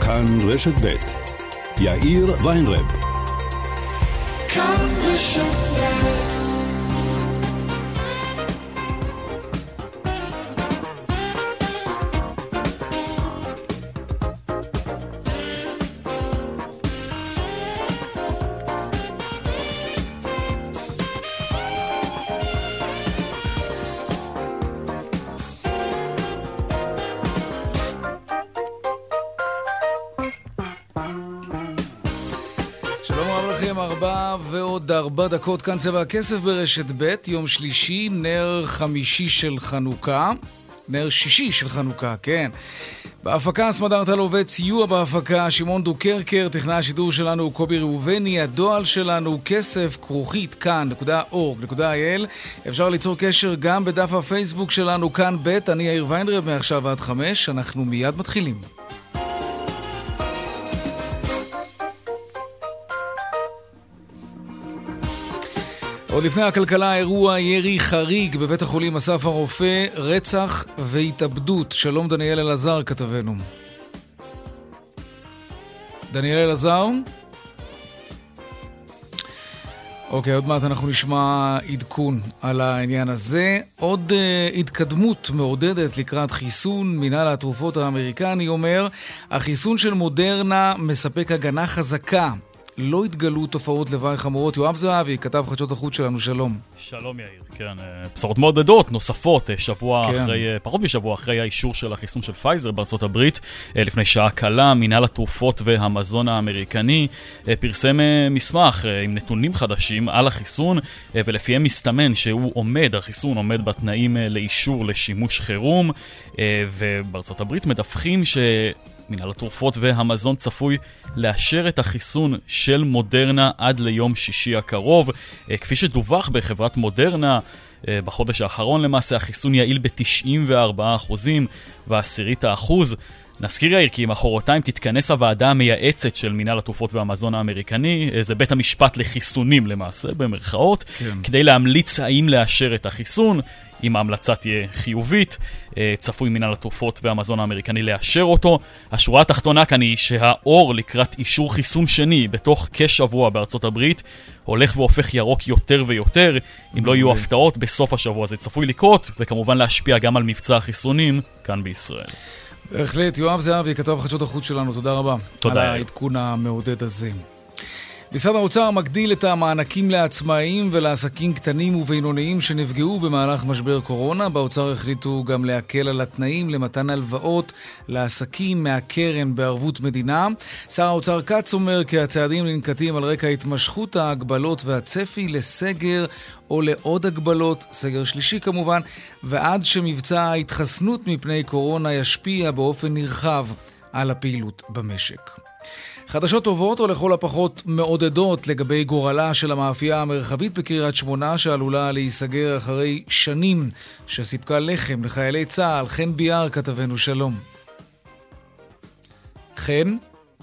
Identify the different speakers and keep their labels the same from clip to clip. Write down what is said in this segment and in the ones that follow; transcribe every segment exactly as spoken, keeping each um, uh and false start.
Speaker 1: כאן רשת ב' יאיר ויינרב. כאן רשת ב'.
Speaker 2: ועוד ארבע דקות כאן צבע הכסף ברשת ב', יום שלישי, נר חמישי של חנוכה, נר שישי של חנוכה, כן. בהפקה סמדר טלובץ, סיוע בהפקה שמעון דוקרקר, טכנאי השידור שלנו קובי ראובני, הדואל שלנו כסף כרוכית כאן נקודה אורג נקודה איי אל. אפשר ליצור קשר גם בדף הפייסבוק שלנו כאן ב'. אני יאיר ויינרב, מעכשיו עד חמש, אנחנו מיד מתחילים. עוד לפני הכלכלה, אירוע ירי חריג בבית החולים אסף הרופא, רצח והתאבדות. שלום דניאל אלעזר כתבנו. דניאל אלעזר? אוקיי, עוד מעט אנחנו נשמע עדכון על העניין הזה. עוד uh, התקדמות מעודדת לקראת חיסון. מינהל התרופות האמריקני אומר, החיסון של מודרנה מספק הגנה חזקה. לא התגלו תופעות לוואי חמורות. יואב זהבי, כתב חדשות החוץ שלנו, שלום.
Speaker 3: שלום יאיר, כן, בשורות מעודדות נוספות, שבוע
Speaker 2: כן.
Speaker 3: אחרי, פחות משבוע אחרי האישור של החיסון של פייזר בארצות הברית, לפני שעה קלה, מינהל התרופות והמזון האמריקני פרסם מסמך עם נתונים חדשים על החיסון, ולפיהם מסתמן שהוא עומד, החיסון עומד בתנאים לאישור לשימוש חירום, ובארצות הברית מדווחים ש... מינהל התרופות והמזון צפוי לאשר את החיסון של מודרנה עד ליום שישי הקרוב. כפי שדווח בחברת מודרנה, בחודש האחרון למעשה החיסון יעיל ב-תשעים וארבעה אחוזים ועשירית האחוז. נזכיר יאיר כי מחרתיים תתכנס הוועדה המייעצת של מינהל התרופות והמזון האמריקני, זה בית המשפט לחיסונים למעשה, במרכאות, כן. כדי להמליץ האם לאשר את החיסון. אם ההמלצה תהיה חיובית, צפוי מינהל התרופות והמזון האמריקני לאשר אותו. השורה התחתונה כאן היא שהאור לקראת אישור חיסון שני בתוך כשבוע בארצות הברית הולך והופך ירוק יותר ויותר. אם לא יהיו הפתעות, בסוף השבוע זה צפוי לקרות, וכמובן להשפיע גם על מבצע החיסונים כאן בישראל.
Speaker 2: בהחלט, יואב זהבי, כתב חדשות החוץ שלנו, תודה רבה.
Speaker 3: תודה.
Speaker 2: על העדכון המעודד הזה. משרד האוצר מגדיל את המענקים לעצמאים ולעסקים קטנים ובינוניים שנפגעו במהלך משבר קורונה. באוצר החליטו גם להקל על התנאים למתן הלוואות לעסקים מהקרן בערבות מדינה. שר האוצר כץ אומר כי הצעדים ננקטים על רקע התמשכות ההגבלות והצפי לסגר או לעוד הגבלות, סגר שלישי כמובן, ועד שמבצע ההתחסנות מפני קורונה ישפיע באופן נרחב על הפעילות במשק. חדשות טובות או לכל הפחות מעודדות לגבי גורלה של המאפייה המרחבית בקריית שמונה שעלולה להיסגר אחרי שנים שסיפקה לחם לחיילי צה"ל. חן ביאר כתבנו, שלום. חן?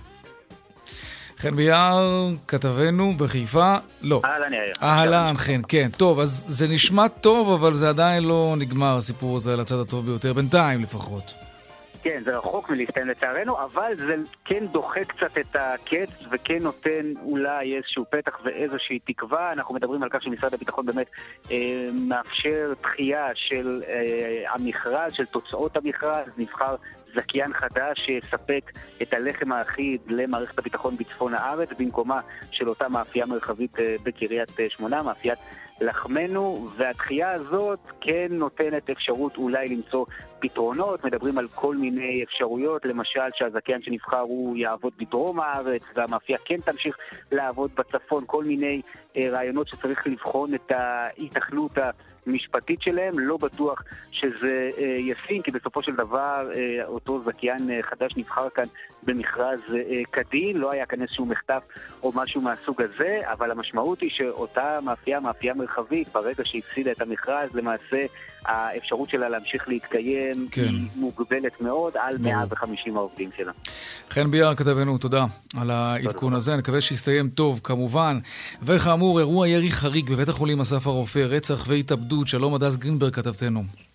Speaker 2: חן ביאר כתבנו בחיפה. לא.
Speaker 4: אהלן יאיר.
Speaker 2: אהלן חן, כן. טוב, אז זה נשמע טוב, אבל זה עדיין לא נגמר הסיפור הזה על הצד הטוב ביותר, בינתיים לפחות.
Speaker 4: כן, זה רחוק מלהסתיים לצערנו, אבל זה כן דוחה קצת את הקץ וכן נותן אולי איזשהו פתח ואיזושהי תקווה. אנחנו מדברים על כך שמשרד הביטחון באמת אה, מאפשר דחייה של אה, המכרז, של תוצאות המכרז. נבחר זכיין חדש שיספק את הלחם האחיד למערכת הביטחון בצפון הארץ, במקומה של אותה מאפייה מרחבית אה, בקריית שמונה, מאפיית לחמנו, והדחייה הזאת כן נותנת אפשרות אולי למצוא פתרונות. מדברים על כל מיני אפשרויות, למשל שהזכיין שנבחר הוא יעבוד בדרום הארץ והמאפייה כן תמשיך לעבוד בצפון, כל מיני אה, רעיונות שצריך לבחון את ההיתכנות המשפטית שלהם. לא בטוח שזה אה, ישים, כי בסופו של דבר אה, אותו זכיין אה, חדש נבחר כאן במכרז אה, כדין, לא היה כאן איזשהו מחטף או משהו מהסוג הזה, אבל המשמעות היא שאותה מאפייה, מאפייה מרחבית, ברגע שהפסידה את המכרז, למעשה האפשרות שלה להמשיך להתקיים כן. היא מוגבלת מאוד על מאה וחמישים העובדים שלה.
Speaker 2: חן ביאר כתבנו, תודה על העדכון הזה, אני מקווה שיסתיים טוב כמובן. וכאמור, אירוע ירי חריג בבית החולים אסף הרופא, רצח והתאבדות. שלום הדס גרינברג כתבתנו.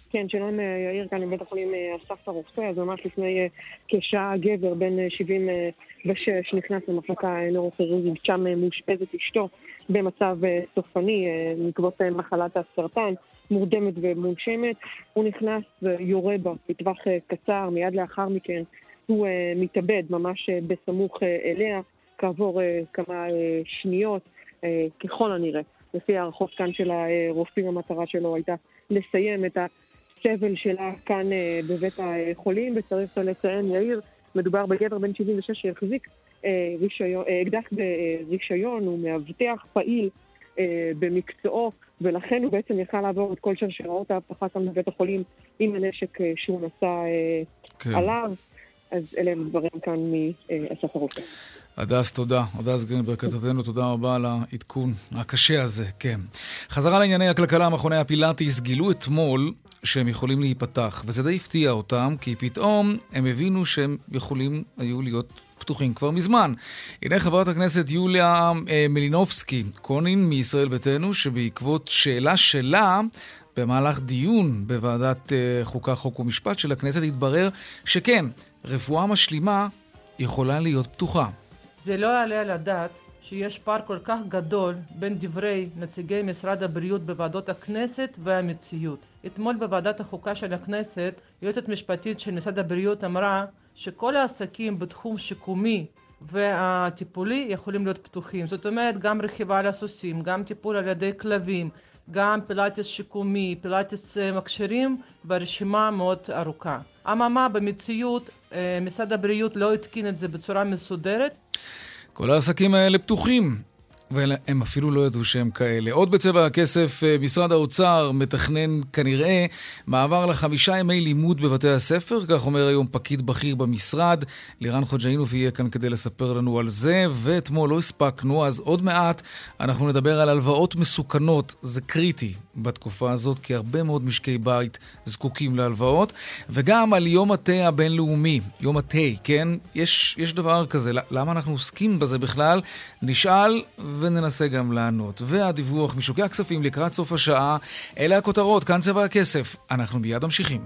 Speaker 5: כן, שלום יאיר, כאן מבית החולים אסף הרופא, אז ממש לפני כשעה גבר בן שבעים ושש נכנס למחלקה נוירוכירורגית, שם מאושפזת אשתו במצב סופני, בעקבות מחלת הסרטן, מורדמת ומונשמת. הוא נכנס ויורה בה בטווח קצר, מיד לאחר מכן הוא מתאבד ממש בסמוך אליה, כעבור כמה שניות, ככל הנראה. לפי הערכות כאן של הרופאים, המטרה שלו הייתה לסיים את הסבל שלה כאן בבית החולים, וצריך לציין, יאיר, מדובר בגבר בן שבעים ושש שהחזיק אקדח ברישיון, הוא מאבטח פעיל במקצועו, ולכן הוא בעצם יכל לעבור את כל שרשראות האבטחה כאן בבית החולים עם הנשק שהוא נשא כן. עליו. אז אלה הם דברים כאן מאסף הרופא.
Speaker 2: הדס, תודה. הדס גרינברג כתבנו, תודה רבה על העדכון הקשה הזה, כן. חזרה לענייני הכלכלה, מכוני הפילאטיס גילו אתמול שהם יכולים להיפתח, וזה די הפתיע אותם, כי פתאום הם הבינו שהם יכולים היו להיות פתוחים כבר מזמן. הנה חברת הכנסת יוליה מלינובסקי, קונין מישראל ביתנו, שבעקבות שאלה שלה, במהלך דיון בוועדת חוקה, חוק ומשפט של הכנסת, התברר שכן, רפואה משלימה יכולה להיות פתוחה.
Speaker 6: זה לא יעלה על הדעת שיש פער כל כך גדול בין דברי נציגי משרד הבריאות בוועדות הכנסת והמציאות. אתמול בוועדת החוקה של הכנסת, יועצת משפטית של משרד הבריאות אמרה שכל העסקים בתחום שיקומי והטיפולי יכולים להיות פתוחים. זאת אומרת, גם רכיבה על הסוסים, גם טיפול על ידי כלבים, גם פילאטיס שיקומי, פילאטיס מכשירים, ברשימה מאוד ארוכה. אממה, במציאות, משרד הבריאות לא התקין את זה בצורה מסודרת.
Speaker 2: כל העסקים האלה פתוחים, והם אפילו לא ידעו שהם כאלה. עוד בצבע הכסף, משרד האוצר מתכנן כנראה מעבר לחמישה ימי לימוד בבתי הספר, כך אומר היום פקיד בכיר במשרד. לירן חוג'אינוף יהיה כאן כדי לספר לנו על זה, ואתמול לא הספקנו, אז עוד מעט אנחנו נדבר על הלוואות מסוכנות. זה קריטי בתקופה הזאת, כי הרבה מאוד משקי בית זקוקים להלוואות, וגם על יום התה הבינלאומי, יום התה, כן? יש, יש דבר כזה, למה אנחנו עוסקים בזה בכלל? נשאל וננסה גם לענות. והדיווח משוקי הכספים לקראת סוף השעה, אלה הכותרות, כאן צבע הכסף. אנחנו מיד ממשיכים.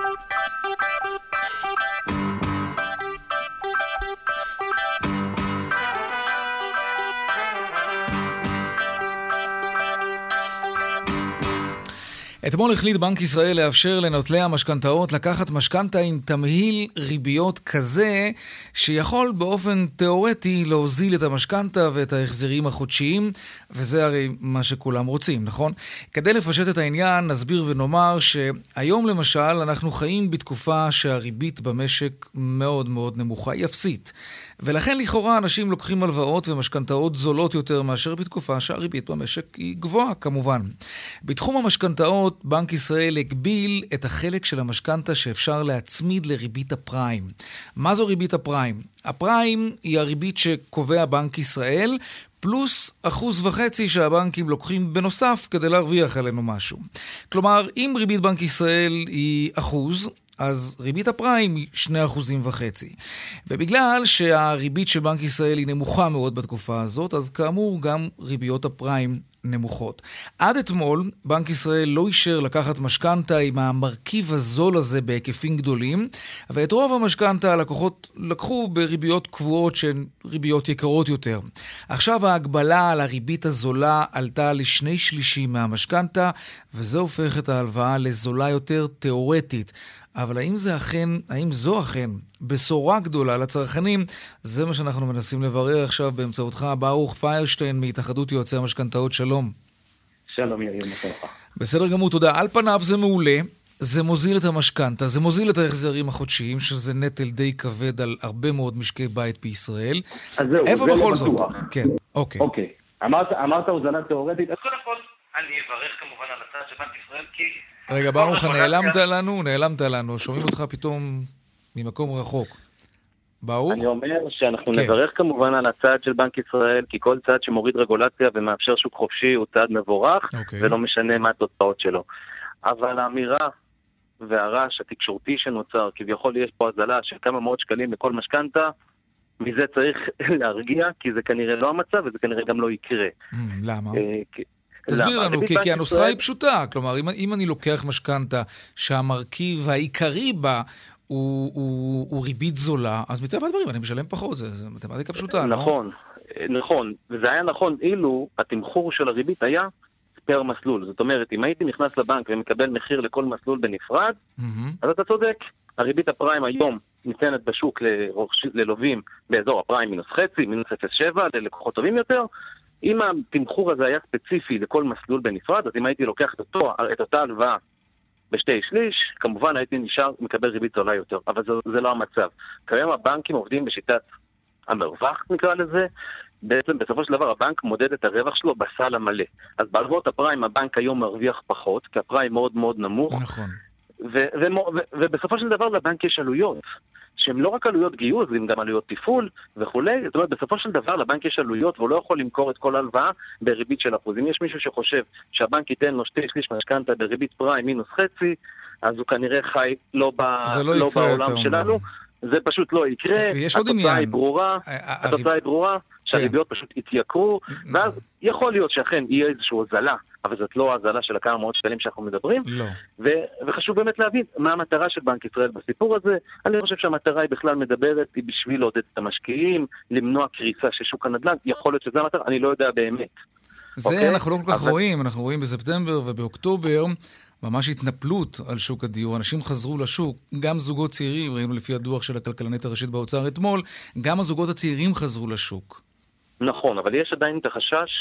Speaker 2: אתמול החליט בנק ישראל לאפשר לנוטלי המשכנתאות לקחת משכנתה עם תמהיל ריביות כזה שיכול באופן תיאורטי להוזיל את המשכנתה ואת ההחזרים החודשיים, וזה הרי מה שכולם רוצים, נכון? כדי לפשט את העניין נסביר ונאמר שהיום למשל אנחנו חיים בתקופה שהריבית במשק מאוד מאוד נמוכה, היא אפסית. ולכן לכאורה אנשים לוקחים הלוואות ומשכנתאות זולות יותר מאשר בתקופה שהריבית במשק היא גבוהה כמובן. בתחום המשכנתאות בנק ישראל הגביל את החלק של המשכנתה שאפשר להצמיד לריבית הפריים. מה זו ריבית הפריים? הפריים היא הריבית שקובע בנק ישראל פלוס אחוז וחצי שהבנקים לוקחים בנוסף כדי להרוויח עלינו משהו. כלומר, אם ריבית בנק ישראל היא אחוז, אז ריבית הפריים היא שני אחוזים וחצי. ובגלל שהריבית של בנק ישראל היא נמוכה מאוד בתקופה הזאת, אז כאמור גם ריביות הפריים נמוכות. עד אתמול בנק ישראל לא אישר לקחת משכנתה עם המרכיב הזול הזה בהיקפים גדולים, ואת רוב המשכנתה הלקוחות לקחו בריביות קבועות שהן ריביות יקרות יותר. עכשיו ההגבלה על הריבית הזולה עלתה לשני שלישים מהמשכנתה, וזה הופך את ההלוואה לזולה יותר תיאורטית. אבל האם זה אכן, האם זו אכן בשורה גדולה לצרכנים? זה מה שאנחנו מנסים לברר עכשיו באמצעותך. ברוך פיירשטיין מהתאחדות יועצי המשכנתאות, שלום.
Speaker 7: שלום יאיר, מסלחה.
Speaker 2: בסדר גמור, תודה. על פניו זה מעולה, זה מוזיל את המשכנתה, זה מוזיל את ההחזרים החודשיים, שזה נטל די כבד על הרבה מאוד משקי בית בישראל.
Speaker 7: אז זהו,
Speaker 2: איפה
Speaker 7: זה
Speaker 2: בכל
Speaker 7: לא
Speaker 2: זאת?
Speaker 7: בטוח.
Speaker 2: כן, אוקיי.
Speaker 7: אוקיי, אמרת, אמרת הוזלה תיאורטית, אז קודם כל, אני אברך כמובן על הצד של בנק ישראל, כי...
Speaker 2: רגע, ברוך, נעלמת לנו, נעלמת לנו, שומעים אותך פתאום ממקום רחוק. ברוך?
Speaker 7: אני אומר שאנחנו
Speaker 2: כן.
Speaker 7: נברך כמובן על הצעד של בנק ישראל, כי כל צעד שמוריד רגולציה ומאפשר שוק חופשי הוא צעד מבורך,
Speaker 2: אוקיי.
Speaker 7: ולא משנה מה התוצאות שלו. אבל האמירה והרעש התקשורתי שנוצר, כביכול יש פה הזלה של כמה מאות שקלים לכל משכנתה, מזה צריך להרגיע, כי זה כנראה לא המצב, וזה כנראה גם לא יקרה.
Speaker 2: למה? תסביר לנו, כי, כי הנוסחה היא פשוטה. כלומר, אם, אם אני לוקח משכנתה שהמרכיב העיקרי בה הוא, הוא, הוא ריבית זולה, אז מטבע הדברים אני משלם פחות. זה, זה מתמטיקה פשוטה,
Speaker 7: נכון, לא? נכון. וזה היה נכון אילו התמחור של הריבית היה פר מסלול. זאת אומרת, אם הייתי נכנס לבנק ומקבל מחיר לכל מסלול בנפרד, mm-hmm. אז אתה צודק. הריבית הפריים היום ניתנת בשוק ללווים באזור הפריים מינוס חצי, מינוס אפס נקודה שבע, ללקוחות טובים יותר. אם התמחור הזה היה ספציפי לכל מסלול בנפרד, אז אם הייתי לוקח את, אותו, את אותה הלוואה בשתי שליש, כמובן הייתי נשאר מקבל ריבית עולה יותר, אבל זה, זה לא המצב. כיום הבנקים עובדים בשיטת המרווח, נקרא לזה. בעצם בסופו של דבר הבנק מודד את הרווח שלו בסל המלא. אז בהלוואות הפריים הבנק היום מרוויח פחות, כי הפריים מאוד מאוד נמוך.
Speaker 2: נכון.
Speaker 7: ו- ו- ו- ובסופו של דבר לבנק יש עלויות, שהן לא רק עלויות גיוס, הן גם עלויות טיפול וכולי. זאת אומרת, בסופו של דבר לבנק יש עלויות, והוא לא יכול למכור את כל הלוואה בריבית של אחוז. אם יש מישהו שחושב שהבנק ייתן לו שתי שליש משכנתה בריבית פריים מינוס חצי, אז הוא כנראה חי לא, ב-
Speaker 2: לא,
Speaker 7: לא
Speaker 2: יקרה,
Speaker 7: בעולם שלנו. זה פשוט לא יקרה. התוצאה היא ברורה, התוצאה היא ברורה, שהריביות פשוט יתייקרו, ואז יכול להיות שאכן יהיה איזושהי הוזלה, אבל זאת לא ההוזלה של הכמה מאות שקלים שאנחנו מדברים.
Speaker 2: לא.
Speaker 7: וחשוב באמת להבין מה המטרה של בנק ישראל בסיפור הזה. אני חושב שהמטרה היא בכלל מדברת, היא בשביל לעודד את המשקיעים, למנוע קריסה של שוק הנדל"ן. יכול להיות שזה המטרה, אני לא יודע באמת.
Speaker 2: זה אנחנו לא כל כך רואים, אנחנו רואים בספטמבר ובאוקטובר, ממש התנפלות על שוק הדיור. אנשים חזרו לשוק, גם זוגות צעירים, ראינו לפי הדוח של הכלכלנית הראשית באוצר אתמול, גם הזוגות הצעירים חזרו לשוק.
Speaker 7: נכון, אבל יש עדיין את החשש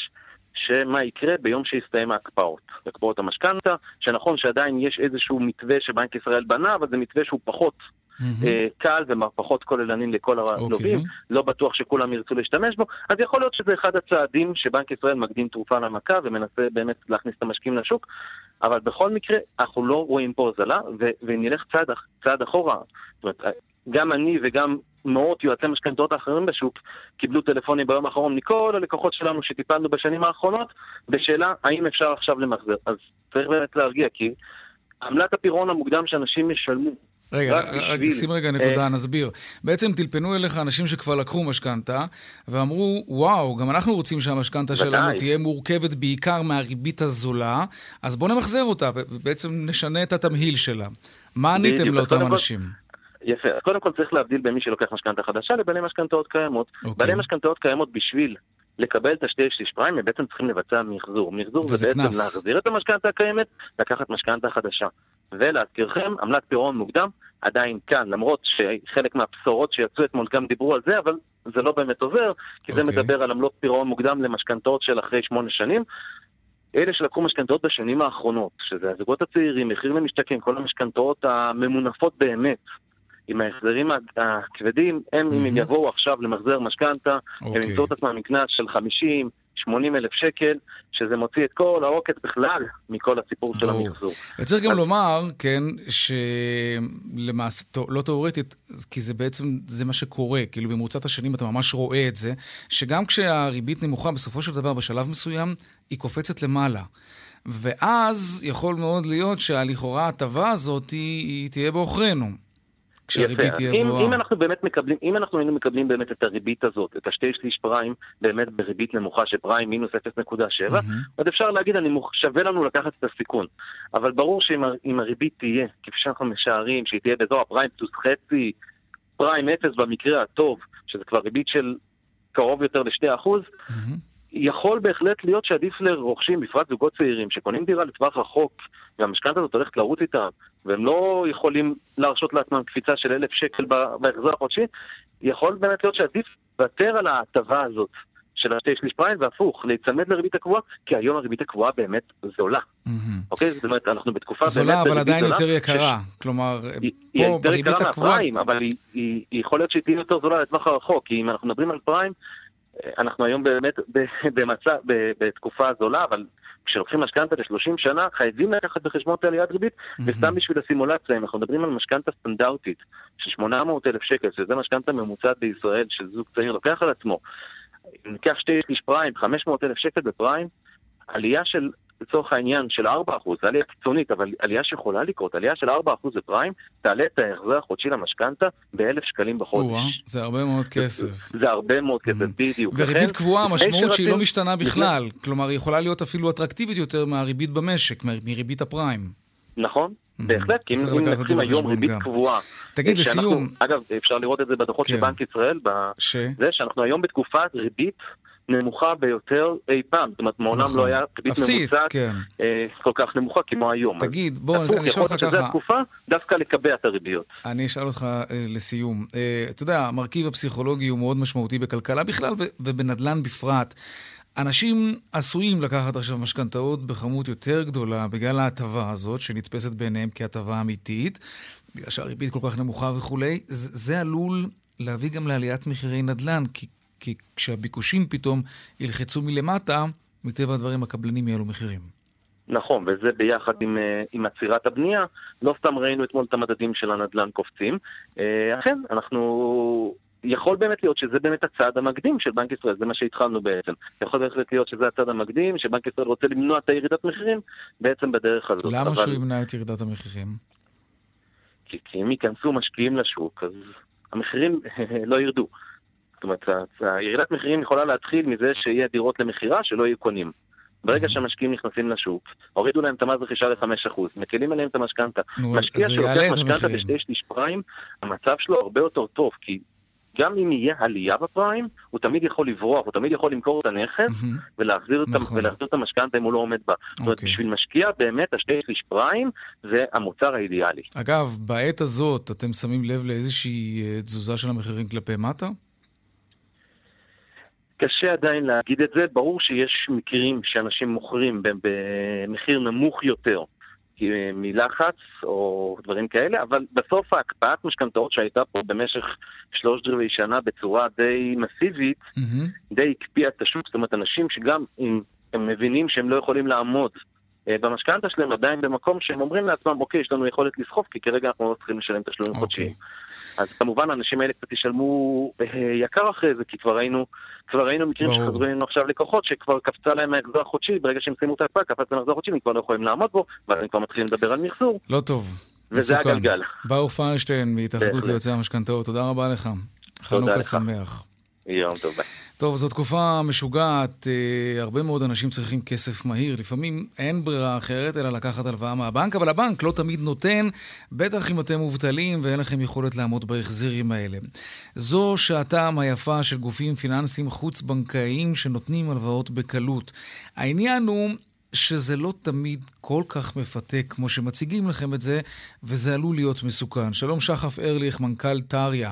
Speaker 7: שמה יקרה ביום שיסתיים ההקפאות, הקפאות המשכנתה, שנכון שעדיין יש איזשהו מתווה שבנק ישראל בנה, אבל זה מתווה שהוא פחות mm-hmm. אה, קל ופחות כוללני לכל הלווים, okay. לא בטוח שכולם ירצו להשתמש בו, אז יכול להיות שזה אחד הצעדים שבנק ישראל מקדים תרופה למכה ומנסה באמת להכניס את המשקיעים לשוק, אבל בכל מקרה אנחנו לא רואים פה הוזלה, ו- ונלך צעד, צעד אחורה. זאת אומרת, גם אני וגם מאות יועצי משכנתאות האחרים בשוק קיבלו טלפונים ביום האחרון מכל הלקוחות שלנו שטיפלנו בשנים האחרונות בשאלה האם אפשר עכשיו למחזר. אז צריך באמת להרגיע, כי עמלת הפירעון המוקדם שאנשים משלמו.
Speaker 2: רגע, בשביל... שים רגע נקודה, אה... נסביר. בעצם טלפנו אליך אנשים שכבר לקחו משכנתה ואמרו, וואו, גם אנחנו רוצים שהמשכנתה שלנו תהיה מורכבת בעיקר מהריבית הזולה, אז בוא נמחזר אותה ובעצם נשנה את התמהיל שלה. מה עניתם לאותם אנשים?
Speaker 7: יפה. אז קודם כל צריך להבדיל בין מי שלוקח משכנתה חדשה לבעלי משכנתאות קיימות. Okay. בעלי משכנתאות קיימות בשביל לקבל את השתי שליש פריים, הם בעצם צריכים לבצע מחזור. מחזור זה בעצם כנס. להחזיר את המשכנתה הקיימת, לקחת משכנתה חדשה. ולהזכירכם, עמלת פירעון מוקדם עדיין כאן, למרות שחלק מהבשורות שיצאו אתמול גם דיברו על זה, אבל זה לא באמת עובר, כי okay. זה מדבר על עמלות פירעון מוקדם למשכנתאות של אחרי שמונה שנים. אלה שלקחו משכנתאות בשנים האחרונות, שזה הזוגות הצעירים, מחיר למשתכן, כל המשכנתאות הממונפות באמת, עם ההחזרים הכבדים, הם אם הם יבואו עכשיו למחזר משכנתה, הם ימצאו את עצמם מקנס של חמישים שמונים אלף שקל, שזה מוציא את כל העוקץ בכלל מכל הסיפור של המחזור.
Speaker 2: וצריך גם לומר, כן, שלמעשה, לא תיאורטית, כי זה בעצם, זה מה שקורה, כאילו במרוצת השנים אתה ממש רואה את זה, שגם כשהריבית נמוכה בסופו של דבר בשלב מסוים, היא קופצת למעלה. ואז יכול מאוד להיות שהלכאורה ההטבה הזאת היא תהיה באוכרנו.
Speaker 7: אם, אם אנחנו באמת מקבלים, אם אנחנו היינו מקבלים באמת את הריבית הזאת, את השתי שליש פריים, באמת בריבית נמוכה שפריים מינוס אפס נקודה שבע, עוד אפשר להגיד, אני שווה לנו לקחת את הסיכון. אבל ברור שאם הריבית תהיה, כפי שאנחנו משערים, שהיא תהיה באזור הפריים פלוס חצי, פריים אפס במקרה הטוב, שזה כבר ריבית של קרוב יותר לשתי אחוז, יכול בהחלט להיות שעדיף לרוכשים, בפרט זוגות צעירים, שקונים דירה לטווח רחוק, והמשכנתה הזאת הולכת לרוץ איתם, והם לא יכולים להרשות לעצמם קפיצה של אלף שקל בהחזר החודשי, יכול באמת להיות שעדיף לוותר על ההטבה הזאת של השתי שליש פריים, והפוך, להיצמד לריבית הקבועה, כי היום הריבית הקבועה באמת זולה. אוקיי? זאת אומרת, אנחנו בתקופה באמת...
Speaker 2: זולה, אבל עדיין יותר יקרה. כלומר, פה בריבית הקבועה...
Speaker 7: אבל היא יכול להיות שהיא תהיה יותר זולה לטווח הרחוק, כי אם אנחנו מדברים על פריים, אנחנו היום באמת במצב, בתקופה זולה, אבל כשלוקחים משכנתה ל-שלושים שנה, חייבים לקחת בחשבון את עליית ריבית, וסתם בשביל הסימולציה, אם אנחנו מדברים על משכנתה סטנדרטית של שמונה מאות אלף שקל, שזה משכנתה ממוצעת בישראל, של זוג צעיר לוקח על עצמו, אם ניקח שתי שליש פריים, חמש מאות אלף שקל בפריים, עלייה של לצורך העניין של ארבעה אחוז, זה עלייה קיצונית, אבל עלייה שיכולה לקרות, עלייה של ארבעה אחוז בפריים, תעלה את ההחזר החודשי למשכנתה באלף שקלים בחודש.
Speaker 2: זה הרבה מאוד כסף.
Speaker 7: זה הרבה מאוד כסף, בדיוק.
Speaker 2: וריבית קבועה, המשמעות שהיא לא משתנה בכלל. כלומר, היא יכולה להיות אפילו אטרקטיבית יותר מהריבית במשק, מריבית הפריים.
Speaker 7: נכון, בהחלט, כי אם נקחים היום ריבית קבועה.
Speaker 2: תגיד, לסיום.
Speaker 7: אגב, אפשר לראות את זה בדוחות של בנק ישראל, זה שאנחנו היום בתקופת ריבית נמוכה ביותר אי פעם. זאת אומרת, מעולם לא היה ריבית ממוצעת כל כך נמוכה כמו היום.
Speaker 2: תגיד, בוא, אני אשאל אותך ככה.
Speaker 7: שזה התקופה דווקא לקבע את הריביות.
Speaker 2: אני אשאל אותך לסיום. אתה יודע, המרכיב הפסיכולוגי הוא מאוד משמעותי בכלכלה בכלל ובנדלן בפרט. אנשים עשויים לקחת עכשיו משכנתאות בכמות יותר גדולה בגלל ההטבה הזאת, שנתפסת ביניהם כהטבה אמיתית, בגלל שהריבית כל כך נמוכה וכולי. זה עלול להביא גם לעליית מחירי נדלן, כי, כי כשהביקושים פתאום ילחצו מלמטה, מטבע הדברים הקבלנים יעלו מחירים.
Speaker 7: נכון, וזה ביחד עם, עם עצירת הבנייה. לא סתם ראינו אתמול את המדדים של הנדלן קופצים. אכן, אנחנו... יכול באמת להיות שזה באמת הצעד המקדים של בנק ישראל, זה מה שהתחלנו בעצם. יכול באמת להיות שזה הצעד המקדים, שבנק ישראל רוצה למנוע את הירידת מחירים, בעצם בדרך הזאת.
Speaker 2: למה אבל... שהוא ימנע את ירידת המחירים?
Speaker 7: כי, כי אם ייכנסו משקיעים לשוק, אז המחירים לא ירדו. זאת אומרת, הירידת מחירים יכולה להתחיל מזה שיהיה דירות למחירה שלא יהיו קונים. ברגע שהמשקיעים נכנסים לשוק, הורידו להם את המס רכישה ל-חמישה אחוז, מקלים עליהם את המשכנתה. משקיע שלוקח משכנתה בשתי שליש פריים, המצב שלו הרבה יותר טוב, כי גם אם יהיה עלייה בפריים, הוא תמיד יכול לברוח, הוא תמיד יכול למכור את הנכס, ולהחזיר את המשכנתה אם הוא לא עומד בה. זאת אומרת, בשביל משקיע באמת, השתי שליש פריים, זה המוצר האידיאלי.
Speaker 2: אגב, בעת הזאת, אתם שמים לב לאיזושהי תזוזה של המחירים כלפי מטה?
Speaker 7: קשה עדיין להגיד את זה. ברור שיש מקרים שאנשים מוכרים במחיר נמוך יותר, מלחץ או דברים כאלה, אבל בסוף ההקפאת משכנתאות שהייתה פה במשך שלוש רבעי שנה בצורה די מסיבית, mm-hmm. די הקפיאה את השוק. זאת אומרת, אנשים שגם אם הם מבינים שהם לא יכולים לעמוד במשכנתה שלהם, עדיין במקום שהם אומרים לעצמם, אוקיי, יש לנו יכולת לסחוב, כי כרגע אנחנו לא צריכים לשלם תשלומים okay. חודשיים. אז כמובן, האנשים האלה קצת ישלמו יקר אחרי זה, כי כבר ראינו, כבר ראינו מקרים שחזרו לנו עכשיו לקוחות, שכבר קפצה להם ההחזר החודשי, ברגע שהם סיימו את ההקפאה, קפץ להם ההחזר החודשי, הם כבר לא יכולים לעמוד בו, ואז הם כבר מתחילים לדבר על מחזור.
Speaker 2: לא טוב.
Speaker 7: וזה
Speaker 2: מסוכן.
Speaker 7: הגלגל.
Speaker 2: באו פיירשטיין מהתאחדות יועצי המשכנתאות, תודה רבה לך. חנוכה שמח.
Speaker 7: יום טוב, ביי.
Speaker 2: טוב, זו תקופה משוגעת, הרבה מאוד אנשים צריכים כסף מהיר, לפעמים אין ברירה אחרת אלא לקחת הלוואה מהבנק, אבל הבנק לא תמיד נותן, בטח אם אתם מובטלים ואין לכם יכולת לעמוד בהחזרים האלה. זו שעתם היפה של גופים פיננסיים חוץ-בנקאיים שנותנים הלוואות בקלות. העניין הוא שזה לא תמיד כל כך מפתה כמו שמציגים לכם את זה, וזה עלול להיות מסוכן. שלום שחף ארליך, מנכ"ל טריה.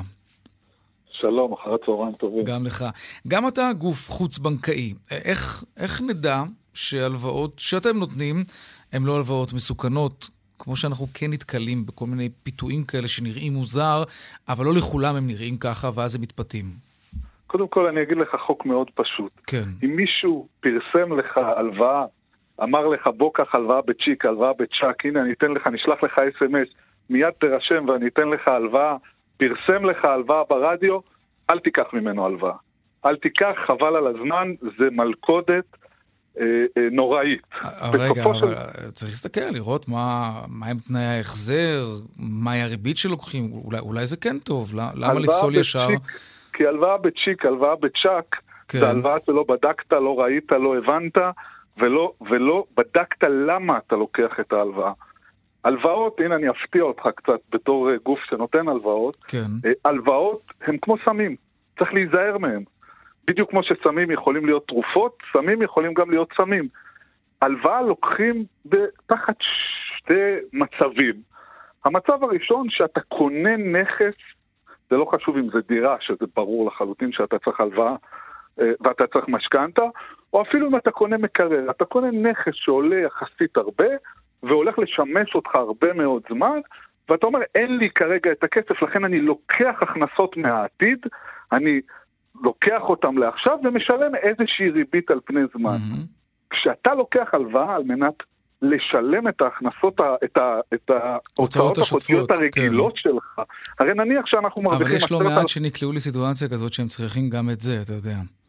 Speaker 8: שלום, אחרי צהריים טובים.
Speaker 2: גם לך. גם אתה גוף חוץ-בנקאי. איך, איך נדע שהלוואות שאתם נותנים הן לא הלוואות מסוכנות, כמו שאנחנו כן נתקלים בכל מיני פיתויים כאלה שנראים מוזר, אבל לא לכולם הם נראים ככה, ואז הם מתפתים?
Speaker 8: קודם כל אני אגיד לך חוק מאוד פשוט.
Speaker 2: כן.
Speaker 8: אם מישהו פרסם לך הלוואה, אמר לך בוא קח הלוואה בצ'יק, הלוואה בצ'ק, הנה אני אתן לך, נשלח לך אס אם אס, מיד תרשם ואני אתן לך הלוואה, פרסם לך הלוואה ברדיו, אל תיקח ממנו הלוואה. אל תיקח, חבל על הזמן, זה מלכודת אה, אה, נוראית.
Speaker 2: רגע, אבל של... צריך להסתכל, לראות מה, מה הם תנאי ההחזר, מהי הריבית שלוקחים, אולי, אולי זה כן טוב, למה לפסול ישר?
Speaker 8: כי הלוואה בצ'יק, הלוואה בצ'ק, כן. זה הלוואה שלא בדקת, לא ראית, לא הבנת, ולא, ולא בדקת למה אתה לוקח את ההלוואה. הלוואות, הנה אני אפתיע אותך קצת בתור גוף שנותן הלוואות,
Speaker 2: כן.
Speaker 8: הלוואות הם כמו סמים, צריך להיזהר מהם. בדיוק כמו שסמים יכולים להיות תרופות, סמים יכולים גם להיות סמים. הלוואה לוקחים תחת שתי מצבים. המצב הראשון שאתה קונה נכס, זה לא חשוב אם זה דירה, שזה ברור לחלוטין שאתה צריך הלוואה, ואתה צריך משכנתה, או אפילו אם אתה קונה מקרר, אתה קונה נכס שעולה יחסית הרבה, והולך לשמש אותך הרבה מאוד זמן, ואתה אומר, אין לי כרגע את הכסף, לכן אני לוקח הכנסות מהעתיד, אני לוקח אותם לעכשיו, ומשלם איזושהי ריבית על פני זמן. Mm-hmm. כשאתה לוקח הלוואה על מנת לשלם את ההכנסות, את, ה, את ההוצאות החודשיות הרגילות כן. שלך, הרי נניח שאנחנו מרוויחים...
Speaker 2: אבל יש לא מעט על... שנקלעו לסיטואציה כזאת שהם צריכים גם את זה, אתה יודע.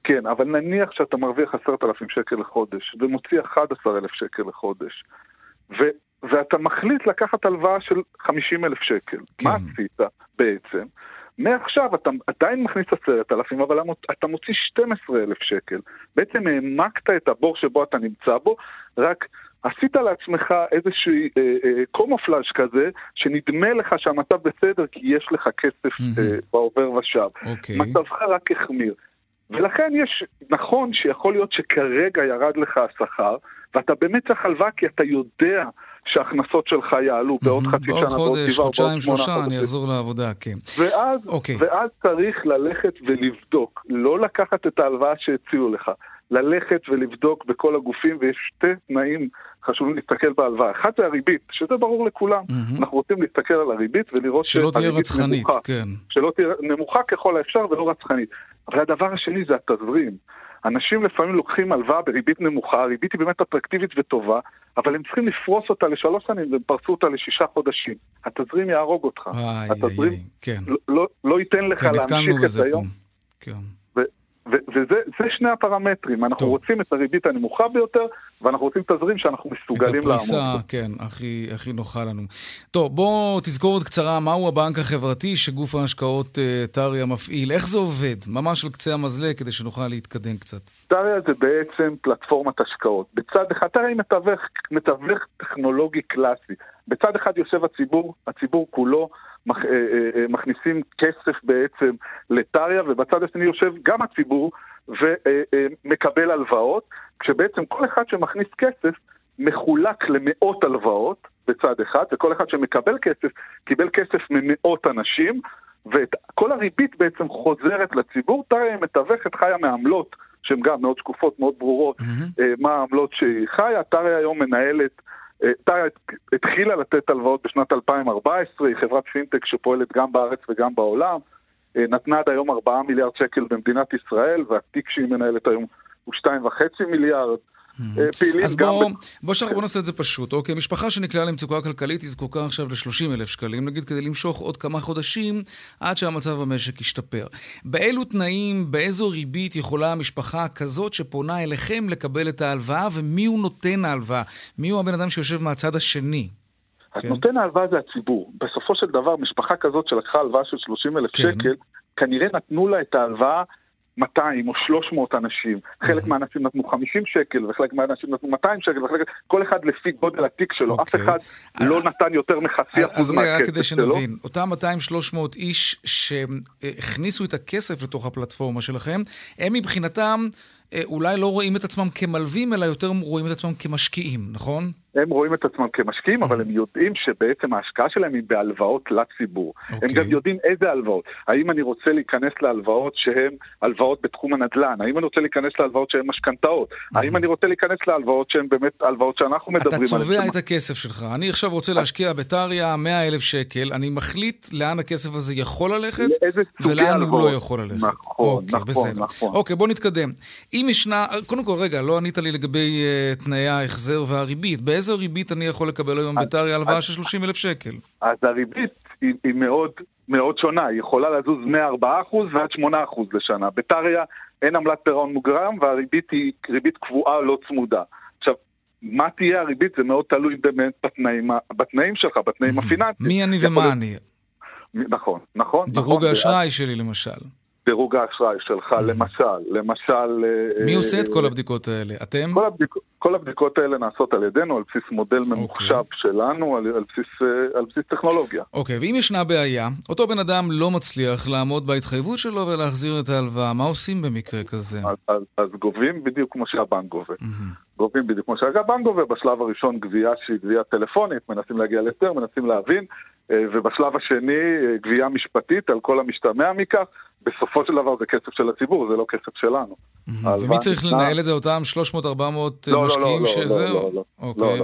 Speaker 8: כן, אבל נניח שאתה מרוויח עשרת אלפים שקל לחודש, ומוציא אחד עשר אלף שקל לחודש, ו, ואתה מחליט לקחת הלוואה של חמישים אלף שקל. כן. מה עשית בעצם? מעכשיו אתה עדיין מכניס עשרת אלפים, אבל אתה מוציא שנים עשר אלף שקל. בעצם העמקת את הבור שבו אתה נמצא בו, רק עשית לעצמך איזשהו אה, אה, קומופלאז' כזה, שנדמה לך שהמצב בסדר, כי יש לך כסף mm-hmm. אה, בעובר ושב. Okay. מצבך רק החמיר. ולכן יש, נכון שיכול להיות שכרגע ירד לך השכר, ואתה באמת צריך הלוואה, כי אתה יודע שההכנסות שלך יעלו בעוד חצי שנה,
Speaker 2: בעוד חודש, חודשיים, שלושה, אני אחזור לעבודה, כן.
Speaker 8: ואז, ואז צריך ללכת ולבדוק, לא לקחת את ההלוואה שהציעו לך, ללכת ולבדוק בכל הגופים, ויש שתי תנאים חשובים להסתכל בהלוואה. אחד זה הריבית, שזה ברור לכולם. אנחנו רוצים להסתכל על הריבית ולראות
Speaker 2: שלא תהיה רצחנית, כן.
Speaker 8: שלא תהיה נמוכה ככל האפשר ולא רצחנית. אבל הדבר השני זה התזרים. אנשים לפעמים לוקחים הלוואה בריבית נמוכה, הריבית היא באמת אטרקטיבית וטובה, אבל הם צריכים לפרוס אותה לשלוש שנים, והם פרסו אותה לשישה חודשים. התזרים יהרוג אותך.
Speaker 2: איי,
Speaker 8: התזרים
Speaker 2: איי, כן.
Speaker 8: לא, לא, לא ייתן לך
Speaker 2: כן,
Speaker 8: להמשיך את היום.
Speaker 2: כן.
Speaker 8: וזה זה שני הפרמטרים. אנחנו טוב. רוצים את הריבית הנמוכה ביותר, ואנחנו רוצים תזרים שאנחנו מסוגלים לעמוד.
Speaker 2: את הפריסה, כן, הכי, הכי נוחה לנו. טוב, בוא תזכור עוד קצרה, מהו הבנק החברתי שגוף ההשקעות טריה מפעיל? איך זה עובד? ממש על קצה המזלג, כדי שנוכל להתקדם קצת.
Speaker 8: טריה זה בעצם פלטפורמת השקעות. בצד אחד, טריה היא מתווך, מתווך טכנולוגי קלאסי. בצד אחד יושב הציבור, הציבור כולו, מכניסים כסף בעצם לטריה, ובצד השני יושב גם הציבור ומקבל הלוואות, כשבעצם כל אחד שמכניס כסף מחולק למאות הלוואות בצד אחד, וכל אחד שמקבל כסף קיבל כסף ממאות אנשים, וכל הריבית בעצם חוזרת לציבור. טריה מתווכת, חיה מעמלות שהן גם מאוד שקופות, מאוד ברורות, mm-hmm. מה העמלות שהיא חיה. טריה היום מנהלת, טריה התחילה לתת הלוואות בשנת אלפיים וארבע עשרה, היא חברת פינטק שפועלת גם בארץ וגם בעולם, נתנה עד היום ארבעה מיליארד שקל במדינת ישראל, והתיק שהיא מנהלת היום הוא שתיים וחצי מיליארד.
Speaker 2: אז בוא, בוא שרק, בוא נעשה את זה פשוט, אוקיי? משפחה שנקלעה למצוקה כלכלית היא זקוקה עכשיו ל-שלושים אלף שקלים, נגיד כדי למשוך עוד כמה חודשים עד שהמצב במשק ישתפר. באילו תנאים, באיזו ריבית יכולה המשפחה כזאת שפונה אליכם לקבל את ההלוואה, ומי הוא נותן ההלוואה? מי הוא הבן אדם שיושב מהצד השני?
Speaker 8: אז כן? נותן ההלוואה זה הציבור. בסופו של דבר, משפחה כזאת שלקחה הלוואה של שלושים אלף כן. שקל, כנראה נתנו לה את ההלוואה מאתיים או שלוש מאות אנשים. חלק מהאנשים נתנו חמישים שקל, וחלק מהאנשים נתנו מאתיים שקל, וחלק... כל אחד לפי גודל התיק שלו. אף אחד לא נתן יותר מחצי אחוז מהכסף שלו. אז רק כדי שנבין, אותם מאתיים שלוש מאות איש שהכניסו את הכסף לתוך הפלטפורמה שלכם, הם מבחינתם אולי לא רואים את עצמם כמלווים, אלא יותר רואים את עצמם כמשקיעים, נכון? הם רואים את עצמם כמשקיעים, אבל הם יודעים שבעצם ההשקעה שלהם היא בהלוואות לציבור. הם גם יודעים איזה הלוואות. האם אני רוצה להיכנס להלוואות שהן הלוואות בתחום הנדל"ן? האם אני רוצה להיכנס להלוואות שהן משכנתאות? האם אני רוצה להיכנס להלוואות שהן באמת הלוואות שאנחנו מדברים עליהן?
Speaker 2: אתה צובע את הכסף שלך. אני עכשיו רוצה להשקיע בטריה מאה אלף שקל. אני מחליט לאן הכסף הזה יכול ללכת, ולאן הוא לא יכול ללכת.
Speaker 8: נכון, נכון, נכון.
Speaker 2: אוקיי, בוא נתקדם. אם ישנה, קודם כל רגע, לא ענית לי לגבי תנאי ההחזר והריבית. באיזו ריבית אני יכול לקבל היום בטריה הלוואה של שלושים אלף שקל?
Speaker 8: אז הריבית היא, היא מאוד, מאוד שונה. היא יכולה לזוז מארבעה אחוז ועד שמונה אחוז לשנה. בטריה אין עמלת פירעון מוגרם, והריבית היא ריבית קבועה לא צמודה. עכשיו, מה תהיה הריבית? זה מאוד תלוי באמת בתנאים, בתנאים שלך, בתנאים הפיננסיים.
Speaker 2: מי אני ומה אני?
Speaker 8: נכון, נכון.
Speaker 2: דירוג האשראי שלי למשל.
Speaker 8: דירוג האשראי שלך, למשל, למשל...
Speaker 2: מי עושה את כל הבדיקות האלה? אתם?
Speaker 8: כל, הבדיק, כל הבדיקות האלה נעשות על ידינו, על בסיס מודל ממוחשב okay. שלנו, על, על, בסיס, על בסיס טכנולוגיה.
Speaker 2: אוקיי, okay, ואם ישנה בעיה, אותו בן אדם לא מצליח לעמוד בהתחייבות שלו ולהחזיר את ההלוואה, מה עושים במקרה כזה?
Speaker 8: אז, אז, אז גובים בדיוק כמו שהבנק גובה. Mm-hmm. גובים בדיוק כמו שהבנק גובה, בשלב הראשון גבייה שהיא גבייה טלפונית, מנסים להגיע להסדר, מנסים להבין, ובשלב השני גבייה משפטית על כל המשתמע מכך. בסופו של דבר זה כסף של הציבור, זה לא כסף שלנו.
Speaker 2: ומי צריך לנהל את זה אותם שלוש מאות ארבע מאות משקיעים שזהו?
Speaker 8: לא, לא, לא.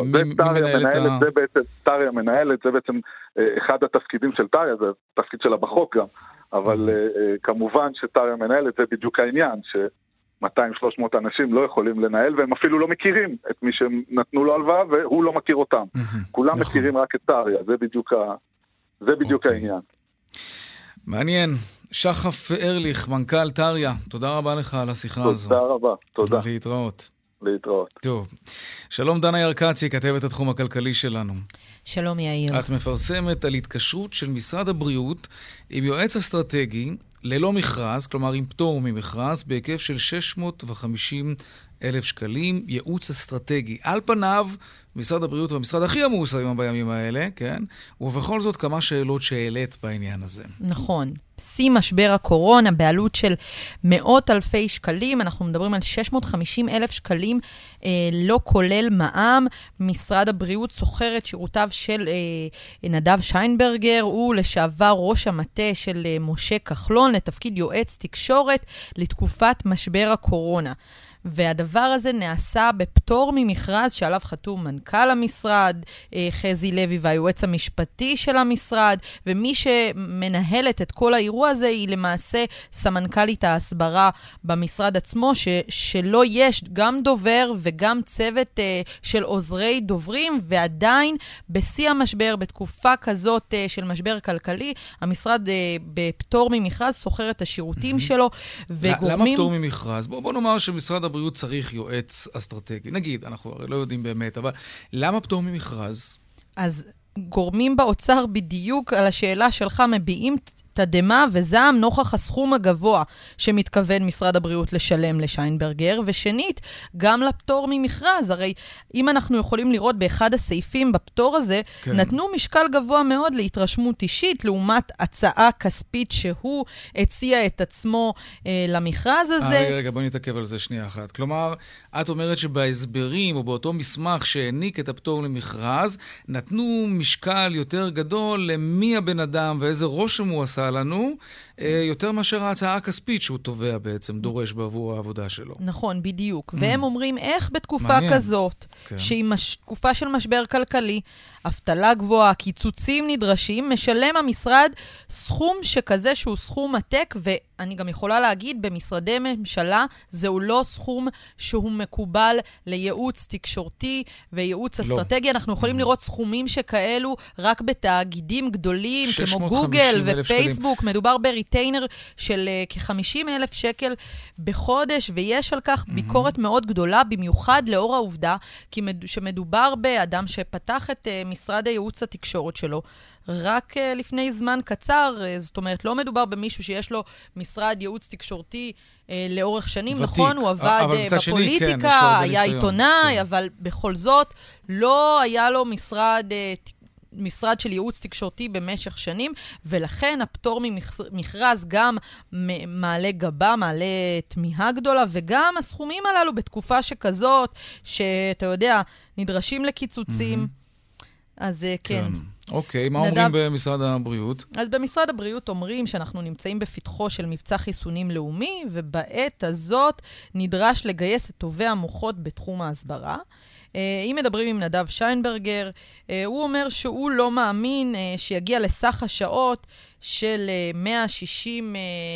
Speaker 8: זה בעצם טריה מנהלת, זה בעצם אחד התפקידים של טריה, זה תפקיד שלה בחוק גם, אבל כמובן שטריה מנהלת, זה בדיוק העניין, ש-מאתיים שלוש מאות אנשים לא יכולים לנהל, והם אפילו לא מכירים את מי שנתנו לו הלוואה, והוא לא מכיר אותם. כולם מכירים רק את טריה, זה בדיוק העניין.
Speaker 2: מעניין. שחף ארליך, מנכ"ל טריה, תודה רבה לך על השיחה הזו.
Speaker 8: תודה רבה, תודה.
Speaker 2: להתראות.
Speaker 8: להתראות.
Speaker 2: טוב. שלום דנה ירקצי, כתבת התחום הכלכלי שלנו.
Speaker 9: שלום יאיר.
Speaker 2: את מפרסמת על התקשרות של משרד הבריאות עם יועץ אסטרטגי ללא מכרז, כלומר עם פטור ממכרז, בהיקף של שש מאות וחמישים אלף שקלים, ייעוץ אסטרטגי. על פניו, משרד הבריאות הוא המשרד הכי עמוס היום בימים האלה, כן? ובכל זאת כמה שאלות שהעלית בעניין הזה.
Speaker 9: נכון. שיא משבר הקורונה בעלות של מאות אלפי שקלים, אנחנו מדברים על שש מאות וחמישים אלף שקלים, אה, לא כולל מע"מ. משרד הבריאות סוחר את שירותיו של אה, נדב שיינברגר, הוא לשעבר ראש המטה של אה, משה כחלון, לתפקיד יועץ תקשורת לתקופת משבר הקורונה. והדבר הזה נעשה בפטור ממכרז שעליו חתום מנכ"ל המשרד, חזי לוי, והיועץ המשפטי של המשרד, ומי שמנהלת את כל האירוע הזה היא למעשה סמנכ"לית ההסברה במשרד עצמו, ש, שלא יש גם דובר וגם צוות uh, של עוזרי דוברים, ועדיין בשיא המשבר, בתקופה כזאת uh, של משבר כלכלי, המשרד uh, בפטור ממכרז סוחר את השירותים mm-hmm. שלו, וגורמים...
Speaker 2: למה פטור ממכרז? בוא, בוא נאמר שמשרד הבריאות צריך יועץ אסטרטגי. נגיד, אנחנו הרי לא יודעים באמת, אבל למה פטור ממכרז?
Speaker 9: אז גורמים באוצר בדיוק על השאלה שלך מביעים תדמה וזעם נוכח הסכום הגבוה שמתכוון משרד הבריאות לשלם לשיינברגר, ושנית, גם לפטור ממכרז. הרי אם אנחנו יכולים לראות באחד הסעיפים בפטור הזה, כן. נתנו משקל גבוה מאוד להתרשמות אישית, לעומת הצעה כספית שהוא הציע את עצמו אה, למכרז הזה.
Speaker 2: רגע, רגע, בוא נתעכב על זה שנייה אחת. כלומר, את אומרת שבהסברים או באותו מסמך שהעניק את הפטור למכרז, נתנו משקל יותר גדול למי הבן אדם ואיזה רושם הוא עשה לנו, יותר מאשר ההצעה הכספית שהוא תובע בעצם, דורש בעבור העבודה שלו.
Speaker 9: נכון, בדיוק. והם אומרים איך בתקופה כזאת, שהיא תקופה של משבר כלכלי, אבטלה גבוהה, קיצוצים נדרשים, משלם המשרד סכום שכזה שהוא סכום עתק, ואני גם יכולה להגיד, במשרדי ממשלה זהו לא סכום שהוא מקובל לייעוץ תקשורתי וייעוץ אסטרטגי. אנחנו יכולים לראות סכומים שכאלו רק בתאגידים גדולים, כמו גוגל ופייסבוק. מדובר בריטיינר של כ-חמישים אלף שקל בחודש, ויש על כך ביקורת מאוד גדולה, במיוחד לאור העובדה, כי שמדובר באדם שפתח את משרד הייעוץ התקשורת שלו, רק uh, לפני זמן קצר, uh, זאת אומרת, לא מדובר במישהו שיש לו משרד ייעוץ תקשורתי uh, לאורך שנים, ותיק. נכון, הוא עבד uh, בפוליטיקה, שני, כן, היה עיתונאי, כן. אבל בכל זאת לא היה לו משרד uh, משרד של ייעוץ תקשורתי במשך שנים, ולכן הפטור ממכרז גם מעלה גבה, מעלה תמיהה גדולה, וגם הסכומים הללו בתקופה שכזאת, שאתה יודע, נדרשים לקיצוצים, mm-hmm. אז כן. כן.
Speaker 2: אוקיי, מה נדב... אומרים במשרד הבריאות?
Speaker 9: אז במשרד הבריאות אומרים שאנחנו נמצאים בפתחו של מבצע חיסונים לאומי, ובעת הזאת נדרש לגייס את טובי המוחות בתחום ההסברה. אם מדברים עם נדב שיינברגר, הוא אומר שהוא לא מאמין שיגיע לסך השעות של מאה ושישים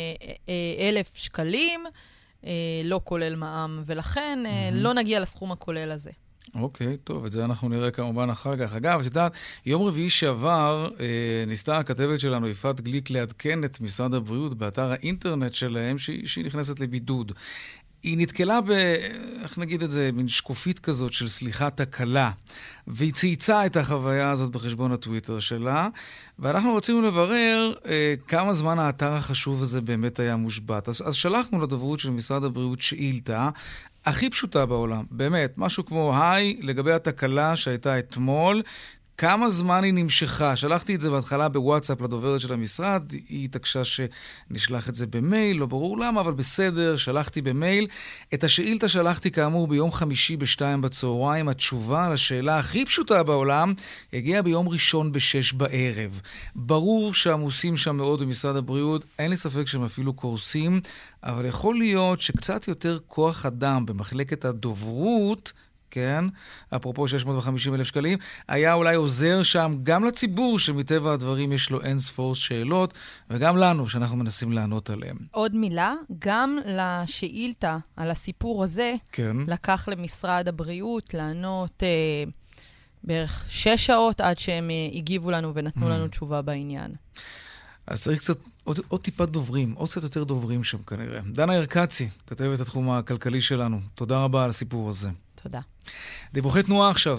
Speaker 9: אלף שקלים, לא כולל מע"מ, ולכן mm-hmm. לא נגיע לסכום הכולל הזה.
Speaker 2: אוקיי, טוב, את זה אנחנו נראה כמובן אחר כך. אגב, את יודעת, יום רביעי שעבר אה, ניסתה הכתבת שלנו, יפעת גליק, לעדכן את משרד הבריאות באתר האינטרנט שלהם, שהיא, שהיא נכנסת לבידוד. היא נתקלה ב, איך נגיד את זה, מין שקופית כזאת של סליחת תקלה, והיא צייצה את החוויה הזאת בחשבון הטוויטר שלה, ואנחנו רצינו לברר אה, כמה זמן האתר החשוב הזה באמת היה מושבת. אז, אז שלחנו לדוברות של משרד הבריאות שאילתה, הכי פשוטה בעולם, באמת, משהו כמו היי, לגבי התקלה שהייתה אתמול, כמה זמן היא נמשכה? שלחתי את זה בהתחלה בוואטסאפ לדוברת של המשרד, היא התעקשה שנשלח את זה במייל, לא ברור למה, אבל בסדר, שלחתי במייל. את השאילתה שלחתי כאמור ביום חמישי בשתיים בצהריים, התשובה לשאלה הכי פשוטה בעולם הגיעה ביום ראשון בשש בערב. ברור שעמוסים שם מאוד במשרד הבריאות, אין לי ספק שהם אפילו קורסים, אבל יכול להיות שקצת יותר כוח אדם במחלקת הדוברות, כן, אפרופו שש מאות וחמישים אלף שקלים, היה אולי עוזר שם גם לציבור שמטבע הדברים יש לו אין ספור שאלות, וגם לנו שאנחנו מנסים לענות עליהם.
Speaker 9: עוד מילה, גם לשאילתה על הסיפור הזה, כן. לקח למשרד הבריאות לענות אה, בערך שש שעות עד שהם אה, הגיבו לנו ונתנו mm. לנו תשובה בעניין.
Speaker 2: אז צריך קצת עוד, עוד טיפה דוברים, עוד קצת יותר דוברים שם כנראה. דנה ירקצי, כתבת התחום הכלכלי שלנו. תודה רבה על הסיפור הזה.
Speaker 9: תודה.
Speaker 2: דיווחי תנועה עכשיו.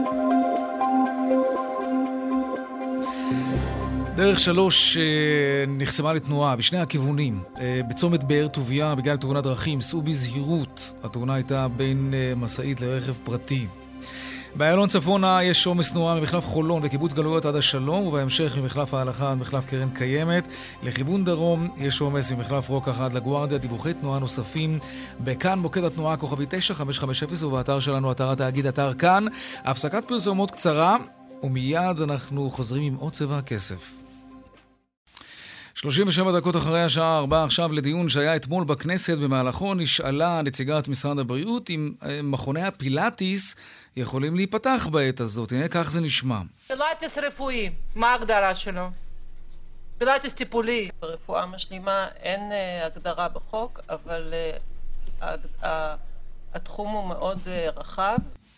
Speaker 2: דרך שלוש נחסמה לתנועה בשני הכיוונים. בצומת באר טוביה בגלל תאונת דרכים, סעו בזהירות. התאונה הייתה בין מסעית לרכב פרטי. באיילון צפונה יש עומס תנועה ממחלף חולון וקיבוץ גלויות עד השלום, ובהמשך ממחלף ההלכה עד מחלף קרן קיימת. לכיוון דרום יש עומס ממחלף רוקח עד לגוארדיה. דיווחי תנועה נוספים בכאן מוקד התנועה כוכבי תשע חמש חמש אפס ובאתר שלנו, אתר התאגיד, אתר כאן. הפסקת פרסומות קצרה ומיד אנחנו חוזרים עם עוד צבע הכסף. שלושים ושבע דקות אחרי השעה ארבע עכשיו לדיון שהיה אתמול בכנסת. במהלכו נשאלה נציגת משרד הבריאות אם מכוני הפילאטיס יכולים להיפתח בעת הזאת. הנה כך זה נשמע.
Speaker 6: פילאטיס רפואי, מה ההגדרה שלו? פילאטיס טיפולי.
Speaker 10: ברפואה משלימה אין uh, הגדרה בחוק, אבל uh, uh, uh, התחום הוא מאוד uh, רחב.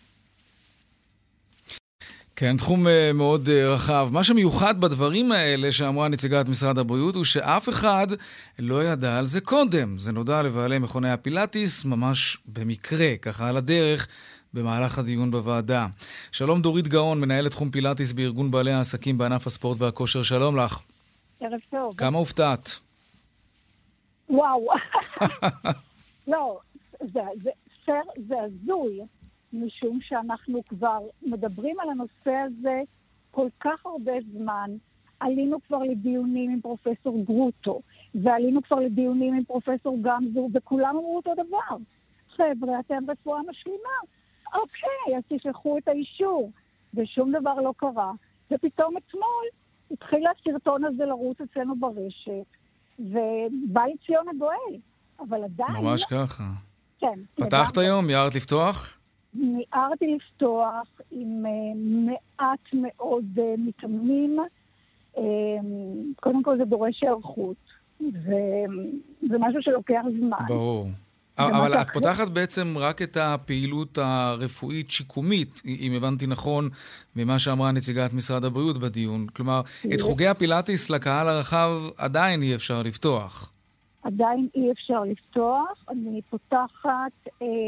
Speaker 2: כן, תחום uh, מאוד uh, רחב. מה שמיוחד בדברים האלה שאמרה נציגת משרד הבריאות הוא שאף אחד לא ידע על זה קודם. זה נודע לבעלי מכוני הפילאטיס ממש במקרה, ככה על הדרך, במהלך הדיון בוועדה. שלום דורית גאון, מנהלת תחום פילאטיס בארגון בעלי העסקים בענף הספורט והכושר. שלום לך.
Speaker 11: ערב טוב.
Speaker 2: כמה הופתעת?
Speaker 11: וואו. לא, זה, זה, זה, זה הזוי. משום שאנחנו כבר מדברים על הנושא הזה כל כך הרבה זמן. עלינו כבר לדיונים עם פרופסור גרוטו, ועלינו כבר לדיונים עם פרופסור גמזו, וכולם אמרו אותו דבר. חבר'ה, אתם רפואה משלימה. אוקיי, אז תשלחו את האישור. ושום דבר לא קרה. ופתאום אתמול התחיל הסרטון הזה לרוץ אצלנו ברשת, ובא לציון הגואל. אבל עדיין...
Speaker 2: ממש ככה.
Speaker 11: כן.
Speaker 2: פתחת היום? יערת לפתוח?
Speaker 11: מיהרתי לפתוח עם מעט מאוד מתאמנים. קודם כל זה דורש הערכות. זה משהו שלוקח זמן.
Speaker 2: ברור. אבל את פותחת בעצם רק את הפעילות הרפואית שיקומית, אם הבנתי נכון, ממה שאמרה נציגת משרד הבריאות בדיון. כלומר, את חוגי הפילאטיס לקהל הרחב עדיין אי אפשר לפתוח.
Speaker 11: עדיין אי אפשר לפתוח. אני פותחת...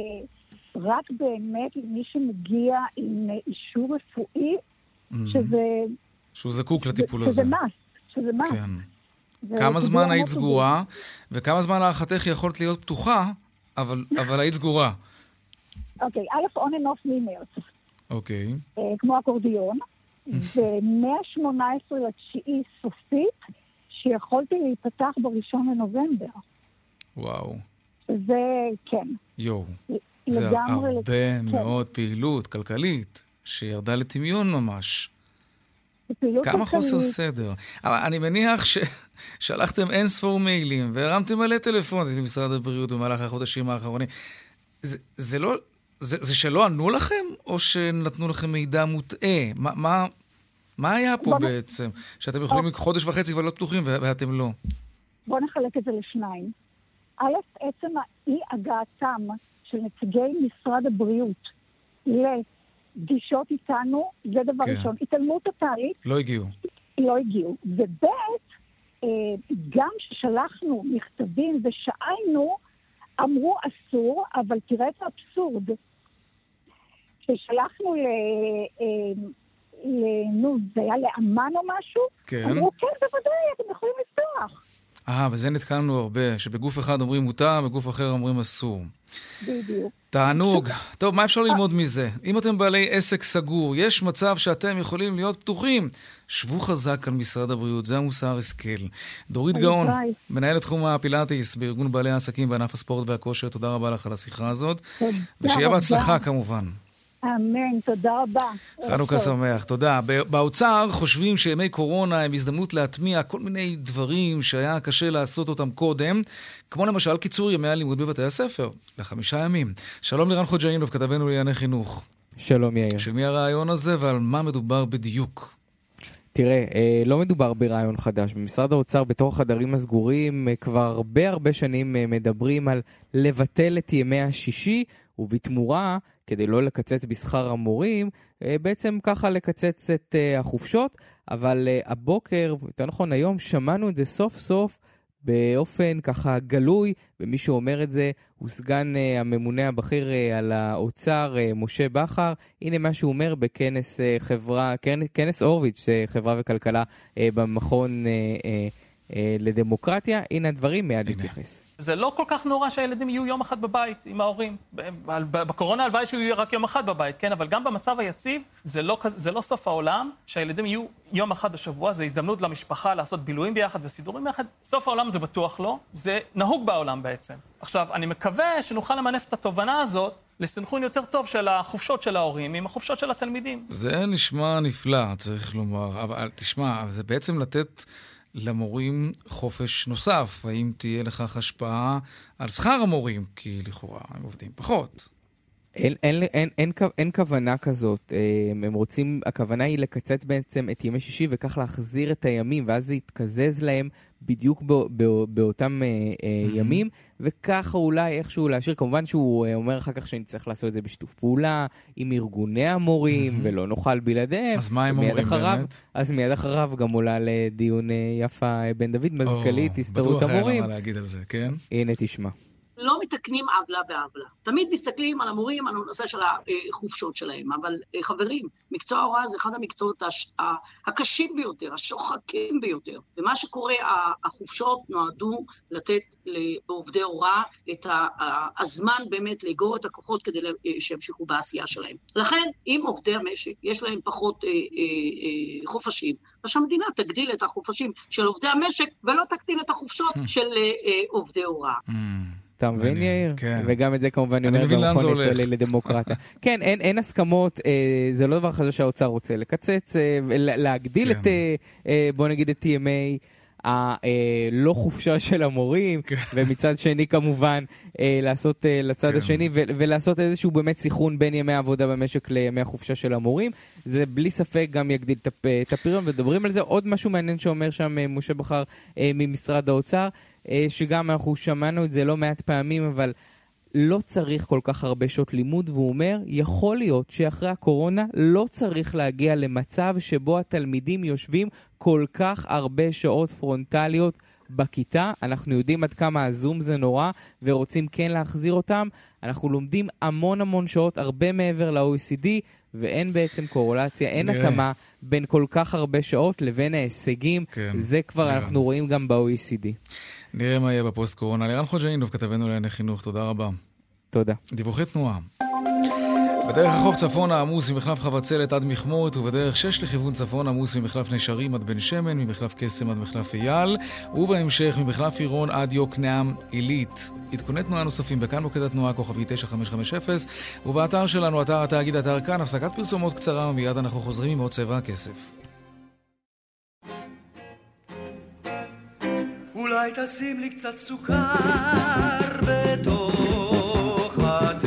Speaker 11: רק באמת למי שמגיע עם אישור רפואי, שזה...
Speaker 2: שהוא זקוק לטיפול הזה.
Speaker 11: שזה מס, שזה מס.
Speaker 2: כן. כמה זמן היית סגורה, וכמה זמן להערכתך יכולת להיות פתוחה, אבל היית סגורה.
Speaker 11: אוקיי, א' on and off ממרץ.
Speaker 2: אוקיי.
Speaker 11: כמו אקורדיון, ו-מאה שמונה עשרה לתשיעי סופית, שיכולתי להיפתח בראשון לנובמבר.
Speaker 2: וואו.
Speaker 11: זה, כן.
Speaker 2: יואו. זה הרבה מאוד פעילות כלכלית שירדה לטמיון ממש. כמה חוסר סדר. אבל אני מניח ששלחתם אין ספור מיילים והרמתם מלא טלפונים למשרד הבריאות במהלך החודשים האחרונים. זה לא, זה שלא ענו לכם או שנתנו לכם מידע מוטעה? מה, מה היה פה בעצם? שאתם יכולים חודש וחצי כבר לא פתוחים ואתם לא.
Speaker 11: בוא נחלק את זה לשניים. א', עצם האי הגעתם של נציגי משרד הבריאות לפגישות איתנו, זה דבר כן. ראשון. התעלמות טוטלית.
Speaker 2: לא הגיעו.
Speaker 11: לא הגיעו. וב' גם ששלחנו מכתבים ושאלנו, אמרו אסור, אבל תראה את האבסורד. כששלחנו ל... נו, זה היה לאמן או משהו,
Speaker 2: כן.
Speaker 11: אמרו, כן, בוודאי, אתם יכולים לפתוח.
Speaker 2: אה, וזה נתקלנו הרבה, שבגוף אחד אומרים מותר, בגוף אחר אומרים אסור.
Speaker 11: בדיוק.
Speaker 2: תענוג. טוב, מה אפשר ללמוד מזה? אם אתם בעלי עסק סגור, יש מצב שאתם יכולים להיות פתוחים. שבו חזק על משרד הבריאות, זה המוסר השכל. דורית גאון, מנהלת תחום הפילאטיס בארגון בעלי העסקים בענף הספורט והכושר, תודה רבה לך על השיחה הזאת. ושיהיה בהצלחה כמובן.
Speaker 11: אמן, תודה רבה.
Speaker 2: חנוכה שמח, תודה. באוצר חושבים שימי קורונה הם הזדמנות להטמיע כל מיני דברים שהיה קשה לעשות אותם קודם, כמו למשל קיצור ימי הלימוד בבתי הספר, לחמישה ימים. שלום לירן חוג'אינוב, כתבנו לענייני חינוך.
Speaker 12: שלום יאיר.
Speaker 2: של מי הרעיון הזה ועל מה מדובר בדיוק?
Speaker 12: תראה, לא מדובר ברעיון חדש. במשרד האוצר בתור החדרים הסגורים כבר הרבה הרבה שנים מדברים על לבטל את ימי השישי, ובתמורה כדי לא לקצץ בשכר המורים, בעצם ככה לקצץ את החופשות, אבל הבוקר, יותר נכון היום, שמענו את זה סוף סוף באופן ככה גלוי, ומי שאומר את זה הוא סגן uh, הממונה הבכיר uh, על האוצר, uh, משה בכר. הנה מה שהוא אומר בכנס uh, חברה, כנס אורוויץ', uh, חברה וכלכלה uh, במכון uh, uh, uh, לדמוקרטיה. הנה הדברים, מיד להתייחס.
Speaker 13: זה לא כל כך נורא שהילדים יהיו יום אחד בבית עם ההורים. בקורונה הלוואי שהוא יהיה רק יום אחד בבית, כן? אבל גם במצב היציב, זה לא, זה לא סוף העולם שהילדים יהיו יום אחד בשבוע. זה הזדמנות למשפחה לעשות בילויים ביחד וסידורים ביחד. סוף העולם זה בטוח לא. זה נהוג בעולם בעצם. עכשיו, אני מקווה שנוכל למנף את התובנה הזאת לסנכרון יותר טוב של החופשות של ההורים עם החופשות של התלמידים.
Speaker 2: זה נשמע נפלא, צריך לומר. אבל תשמע, זה בעצם לתת למורים חופש נוסף. האם תהיה לכך השפעה על שכר המורים? כי לכאורה הם עובדים פחות.
Speaker 12: אין, אין, אין, אין, אין כוונה כזאת. הם רוצים, הכוונה היא לקצץ בעצם את ימי שישי וכך להחזיר את הימים, ואז זה יתקזז להם בדיוק בא, בא, באותם mm-hmm. ימים, וככה אולי איכשהו להשאיר. כמובן שהוא אומר אחר כך שנצטרך לעשות את זה בשיתוף פעולה עם ארגוני המורים, mm-hmm. ולא נוכל בלעדיהם.
Speaker 2: אז מה הם אומרים
Speaker 12: אחריו,
Speaker 2: באמת?
Speaker 12: אז מיד אחריו גם עולה לדיון יפה בן דוד, מזכ"לית הסתדרות המורים.
Speaker 2: בטוח היה מה להגיד על זה, כן?
Speaker 12: הנה תשמע.
Speaker 14: לא מתקנים עוולה בעוולה. תמיד מסתכלים על המורים, על הנושא של החופשות שלהם, אבל חברים, מקצוע ההוראה זה אחד המקצועות הקשים ביותר, השוחקים ביותר. ומה שקורה, החופשות נועדו לתת לעובדי הוראה את הזמן באמת לאגור את הכוחות כדי שימשיכו בעשייה שלהם. לכן, אם עובדי המשק יש להם פחות חופשים, אז שהמדינה תגדיל את החופשים של עובדי המשק, ולא תקטין את החופשות של עובדי הוראה.
Speaker 12: אתה מבין, יאיר?
Speaker 2: כן.
Speaker 12: וגם את זה כמובן
Speaker 2: אני מבין לאן זה הולך.
Speaker 12: לדמוקרטיה. כן, אין, אין הסכמות, אה, זה לא דבר חזה שהאוצר רוצה לקצץ, אה, להגדיל כן. את, אה, בוא נגיד את טי אם איי, הלא חופשה של המורים, כן. ומצד שני כמובן אה, לעשות אה, לצד כן. השני, ו- ולעשות איזשהו באמת סיכון בין ימי העבודה במשק לימי החופשה של המורים. זה בלי ספק גם יגדיל את הפריון, ודברים על זה. עוד משהו מעניין שאומר שם אה, משה בכר אה, ממשרד האוצר, שגם אנחנו שמענו את זה לא מעט פעמים, אבל לא צריך כל כך הרבה שעות לימוד, והוא אומר, יכול להיות שאחרי הקורונה לא צריך להגיע למצב שבו התלמידים יושבים כל כך הרבה שעות פרונטליות בכיתה. אנחנו יודעים עד כמה הזום זה נורא, ורוצים כן להחזיר אותם. אנחנו לומדים המון המון שעות, הרבה מעבר ל-או אי סי די, ואין בעצם קורולציה, אין התאמה בין כל כך הרבה שעות לבין ההישגים. כן, זה כבר נראה. אנחנו רואים גם ב-או אי סי די.
Speaker 2: נראה מה יהיה בפוסט קורונה. לירן חוג'אינוב, כתבנו לענייני חינוך, תודה רבה.
Speaker 12: תודה.
Speaker 2: דיווחי תנועה. בדרך החוף צפון העמוס ממחלף חבצלת עד מכמורת, ובדרך שש לכיוון צפון עמוס ממחלף נשרים עד בן שמן, ממחלף קסם עד מחלף אייל, ובהמשך ממחלף עירון עד יוקנעם עילית. עדכוני תנועה נוספים בכאן מוקד התנועה כוכבי תשע חמש חמש אפס, ובאתר שלנו, אתר התאגיד, אתר כאן. הפסקת פרסומות קצרה ומיד אנחנו חוזרים עם עוד צבע הכסף.
Speaker 15: אולי תשים לי קצת סוכר בתוך התה,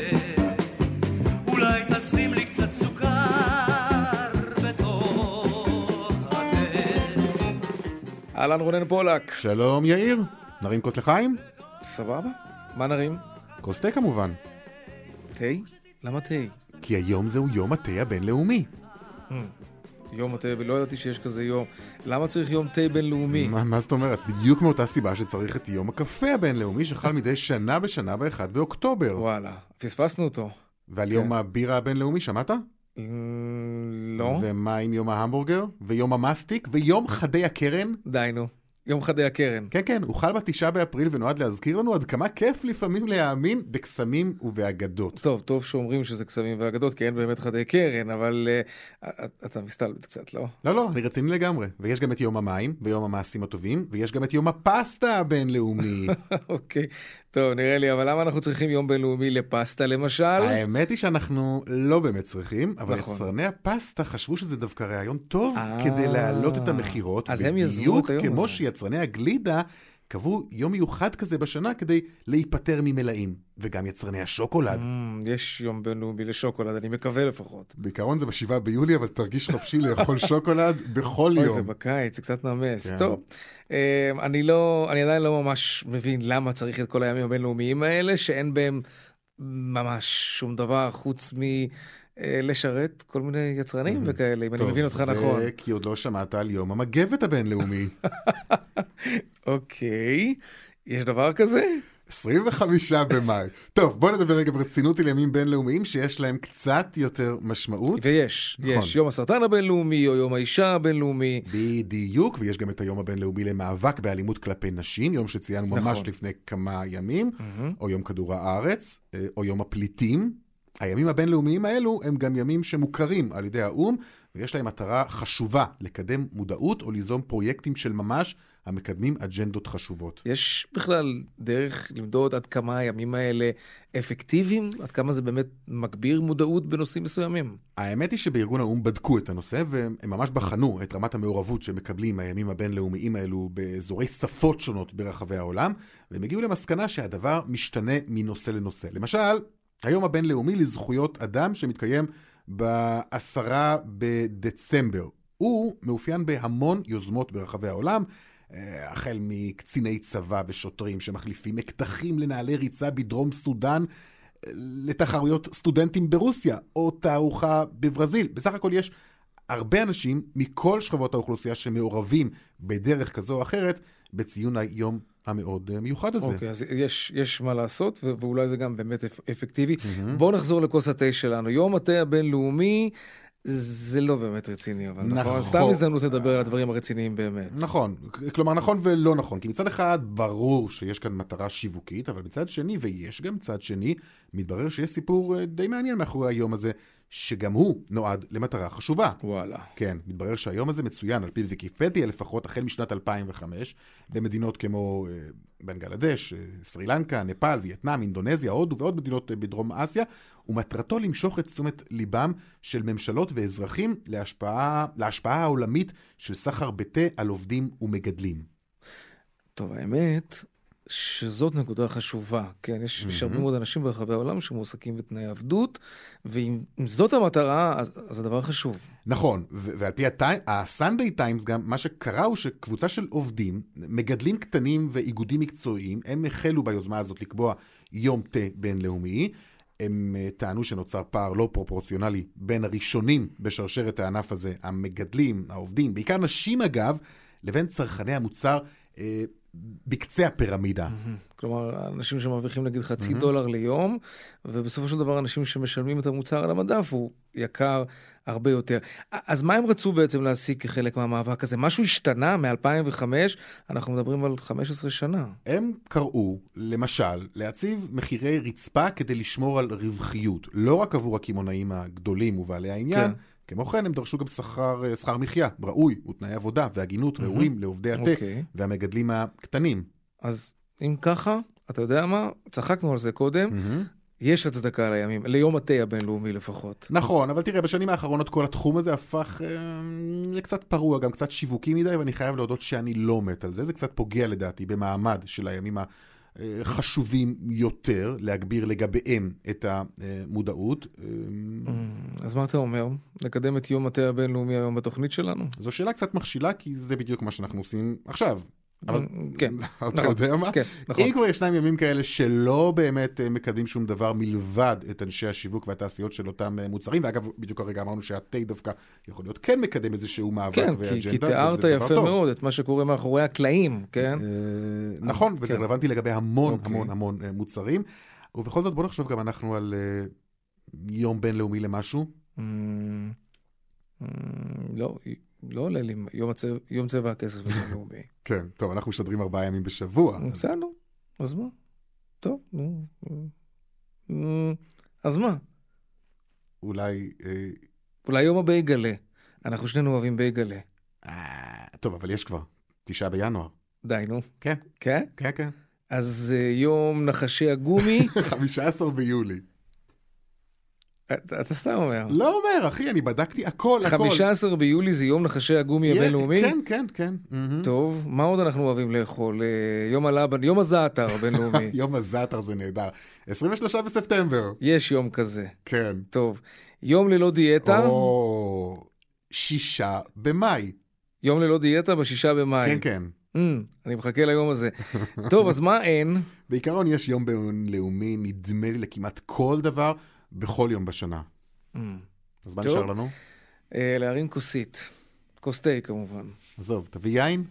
Speaker 15: אולי תשים לי קצת סוכר בתוך התה.
Speaker 2: אהלן רונן פולק.
Speaker 16: שלום יאיר, נרים כוס לחיים?
Speaker 2: סבבה, מה נרים?
Speaker 16: כוס תה כמובן.
Speaker 2: תה? למה תה?
Speaker 16: כי היום זהו יום התה הבינלאומי.
Speaker 2: יום התה, ולא ידעתי שיש כזה יום. למה צריך יום תה בינלאומי?
Speaker 16: מה, מה זאת אומרת? בדיוק מאותה סיבה שצריך את יום הקפה הבינלאומי שחל מדי שנה בשנה ב-אחד באוקטובר.
Speaker 2: וואלה, פספסנו אותו.
Speaker 16: ועל יום הבירה הבינלאומי, שמעת?
Speaker 2: לא.
Speaker 16: ומה עם יום ההמבורגר? ויום המסטיק? ויום חדי הקרן?
Speaker 2: די נו. יום חדי הקרן.
Speaker 16: כן, כן, הוא חל בתשעה באפריל ונועד להזכיר לנו עד כמה כיף לפעמים להאמין בקסמים ובאגדות.
Speaker 2: טוב, טוב שאומרים שזה קסמים ואגדות, כי אין באמת חדי קרן, אבל uh, אתה מסתלבט קצת, לא?
Speaker 16: לא, לא, אני רציני לגמרי. ויש גם את יום המים, ויום המעשים הטובים, ויש גם את יום הפסטה הבינלאומי.
Speaker 2: אוקיי, טוב, נראה לי, אבל למה אנחנו צריכים יום בינלאומי לפסטה למשל?
Speaker 16: האמת היא שאנחנו לא באמת צריכים, אבל נכון. יצרני הפסטה חשבו שזה דווקא רעיון טוב 아, כדי להעלות את המחירות,
Speaker 2: אז הם יזרו את היום
Speaker 16: כמו שיצרני הגלידה קבעו יום מיוחד כזה בשנה כדי להיפטר ממלאים, וגם יצרני השוקולד.
Speaker 2: Mm, יש יום בינלאומי לשוקולד, אני מקווה לפחות.
Speaker 16: בעיקרון זה בשבעה ביולי, אבל תרגיש חופשי לאכול שוקולד בכל יום.
Speaker 2: אוי, זה בקיץ, זה קצת נמס. כן. טוב, אני, לא, אני עדיין לא ממש מבין למה צריך את כל הימים הבינלאומיים האלה, שאין בהם ממש שום דבר חוץ מלשרת כל מיני יצרנים וכאלה, אם אני מבין אותך נכון.
Speaker 16: זה כי עוד לא שמעת על יום המגבת הבינלאומי.
Speaker 2: אוקיי, יש דבר כזה?
Speaker 16: עשרים וחמישה במאי. טוב, בוא נדבר רגע ברצינות על ימים בינלאומיים שיש להם קצת יותר משמעות.
Speaker 2: ויש, נכון. יש יום הסרטן הבינלאומי או יום האישה הבינלאומי.
Speaker 16: בדיוק, ויש גם את היום הבינלאומי למאבק באלימות כלפי נשים, יום שציינו נכון. ממש לפני כמה ימים, mm-hmm. או יום כדור הארץ, או יום הפליטים. הימים הבינלאומיים האלו הם גם ימים שמוכרים על ידי האום, ויש להם מטרה חשובה לקדם מודעות או ליזום פרויקטים של ממש המקדמים אג'נדות חשובות.
Speaker 2: יש בכלל דרך למדוד עד כמה הימים האלה אפקטיביים? עד כמה זה באמת מגביר מודעות בנושאים מסוימים?
Speaker 16: האמת היא שבארגון האום בדקו את הנושא, והם ממש בחנו את רמת המעורבות שמקבלים הימים הבינלאומיים האלו באזורי שפות שונות ברחבי העולם, והם הגיעו למסקנה שהדבר משתנה מנושא לנושא. למשל, היום הבינלאומי לזכויות אדם שמתקיים בעשרה בדצמבר. הוא מאופיין בהמון יוזמות ברחבי העולם, החל מקציני צבא ושוטרים שמחליפים אקדחים לנעלי ריצה בדרום סודן, לתחרויות סטודנטים ברוסיה או תערוכה בברזיל. בסך הכל יש הרבה אנשים מכל שכבות האוכלוסייה שמעורבים בדרך כזו או אחרת בציון היום המאוד מיוחד הזה.
Speaker 2: אוקיי, אז יש, יש מה לעשות, ו- ואולי זה גם באמת אפ- אפקטיבי. Mm-hmm. בואו נחזור לכוס התה שלנו. יום התה הבינלאומי, זה לא באמת רציני, אבל נכון. נכון. סתם הזדמנות לדבר על הדברים הרציניים באמת.
Speaker 16: נכון. כלומר, נכון ולא נכון. כי מצד אחד, ברור שיש כאן מטרה שיווקית, אבל מצד שני, ויש גם צד שני, מתברר שיש סיפור די מעניין מאחורי היום הזה, שגם הוא נועד למטרה חשובה.
Speaker 2: וואלה.
Speaker 16: כן, מתברר שהיום הזה מצוין, על פי ויקיפדיה לפחות, החל משנת אלפיים וחמש, במדינות כמו בנגלדש, סרי לנקה, נפאל, וייטנאם, אינדונזיה, הודו ועוד מדינות בדרום אסיה, ומטרתו למשוך את תשומת ליבם של ממשלות ואזרחים להשפעה, להשפעה העולמית של סחר בתה על עובדים ומגדלים.
Speaker 2: טוב, האמת שזאת נקודה חשובה, כן? יש, mm-hmm. יש הרבה מאוד אנשים ברחבי העולם שמועסקים בתנאי עבדות, ואם זאת המטרה, אז, אז הדבר חשוב.
Speaker 16: נכון, ו- ועל פי ה-Sunday Times גם, מה שקרה הוא שקבוצה של עובדים, מגדלים קטנים ואיגודים מקצועיים, הם החלו ביוזמה הזאת לקבוע יום תה בינלאומי, הם טענו שנוצר פער לא פרופורציונלי בין הראשונים בשרשרת הענף הזה, המגדלים, העובדים, בעיקר נשים אגב, לבין צרכני המוצר, אה, בקצה הפירמידה.
Speaker 2: כלומר, אנשים שמרוויחים נגיד חצי דולר ליום, ובסופו של דבר אנשים שמשלמים את המוצר על המדף, הוא יקר הרבה יותר. אז מה הם רצו בעצם להשיג כחלק מהמאבק הזה? משהו השתנה מ-אלפיים וחמש, אנחנו מדברים על חמש עשרה שנה.
Speaker 16: הם קראו, למשל, להציב מחירי רצפה כדי לשמור על רווחיות, לא רק עבור הקמעונאים הגדולים ובעלי העניין, כן. כמו כן, הם דרשו גם שכר, שכר מחיה, ראוי, ותנאי עבודה והגינות ראויים לעובדי התה והמגדלים הקטנים.
Speaker 2: אז אם ככה, אתה יודע מה? צחקנו על זה קודם, יש הצדקה לימים, ליום התה הבינלאומי לפחות.
Speaker 16: נכון, אבל תראה, בשנים האחרונות כל התחום הזה הפך לקצת פרוע, גם קצת שיווקי מדי, ואני חייב להודות שאני לא מת על זה. זה קצת פוגע לדעתי במעמד של הימים ה... חשובים יותר, להגביר לגביהם את המודעות.
Speaker 2: אז מה אתה אומר? לקדם את יום התה הבינלאומי היום בתוכנית שלנו?
Speaker 16: זו שאלה קצת מכשילה, כי זה בדיוק מה שאנחנו עושים עכשיו. אבל
Speaker 2: כן,
Speaker 16: אתה יודע מה?
Speaker 2: כן, נכון.
Speaker 16: אם כבר ישנם ימים כאלה שלא באמת מקדמים שום דבר מלבד את אנשי השיווק והתעשיות של אותם מוצרים, ואגב, בדיוק הרגע אמרנו שהתה דווקא יכול להיות כן מקדם איזשהו מאבק ואג'נדה.
Speaker 2: כן, כי תיארת יפה מאוד את מה שקורה מאחורי הקלעים, כן?
Speaker 16: נכון, וזה רלוונטי לגבי המון המון המון מוצרים. ובכל זאת בוא נחשוב גם אנחנו על יום בינלאומי למשהו.
Speaker 2: לא, לא עולה לי, יום, הצבע, יום צבע הכסף בינלאומי.
Speaker 16: כן, טוב, אנחנו משדרים ארבעה ימים בשבוע.
Speaker 2: בסדר, אז מה? טוב, אז מה?
Speaker 16: אולי...
Speaker 2: אולי יום הבייגלה. אנחנו שנינו אוהבים בייגלה.
Speaker 16: טוב, אבל יש כבר, תשעה בינואר.
Speaker 2: די, נו.
Speaker 16: כן.
Speaker 2: כן?
Speaker 16: כן, כן.
Speaker 2: אז יום נחשי הגומי...
Speaker 16: חמישה עשר ביולי.
Speaker 2: אתה סתם אומר.
Speaker 16: לא אומר, אחי, אני בדקתי הכל, הכל.
Speaker 2: חמישה עשר ביולי זה יום נחשי הגומי הבינלאומי?
Speaker 16: כן, כן, כן.
Speaker 2: טוב, מה עוד אנחנו אוהבים לאכול? יום הלבן, יום הזעתר הבינלאומי.
Speaker 16: יום הזעתר זה נהדר. עשרים ושלושה בספטמבר.
Speaker 2: יש יום כזה.
Speaker 16: כן.
Speaker 2: טוב. יום ללא דיאטה?
Speaker 16: או, שישה במאי.
Speaker 2: יום ללא דיאטה בשישה במאי.
Speaker 16: כן, כן.
Speaker 2: אני מחכה ליום הזה. טוב, אז מה אין?
Speaker 16: בעיקרון יש יום בינלאומי, נדמה לי לכמעט כל דבר, בכל יום בשנה. אז מה נשאר לנו?
Speaker 2: להרים כוסית. כוס תה כמובן.
Speaker 16: עזוב, תביא יין?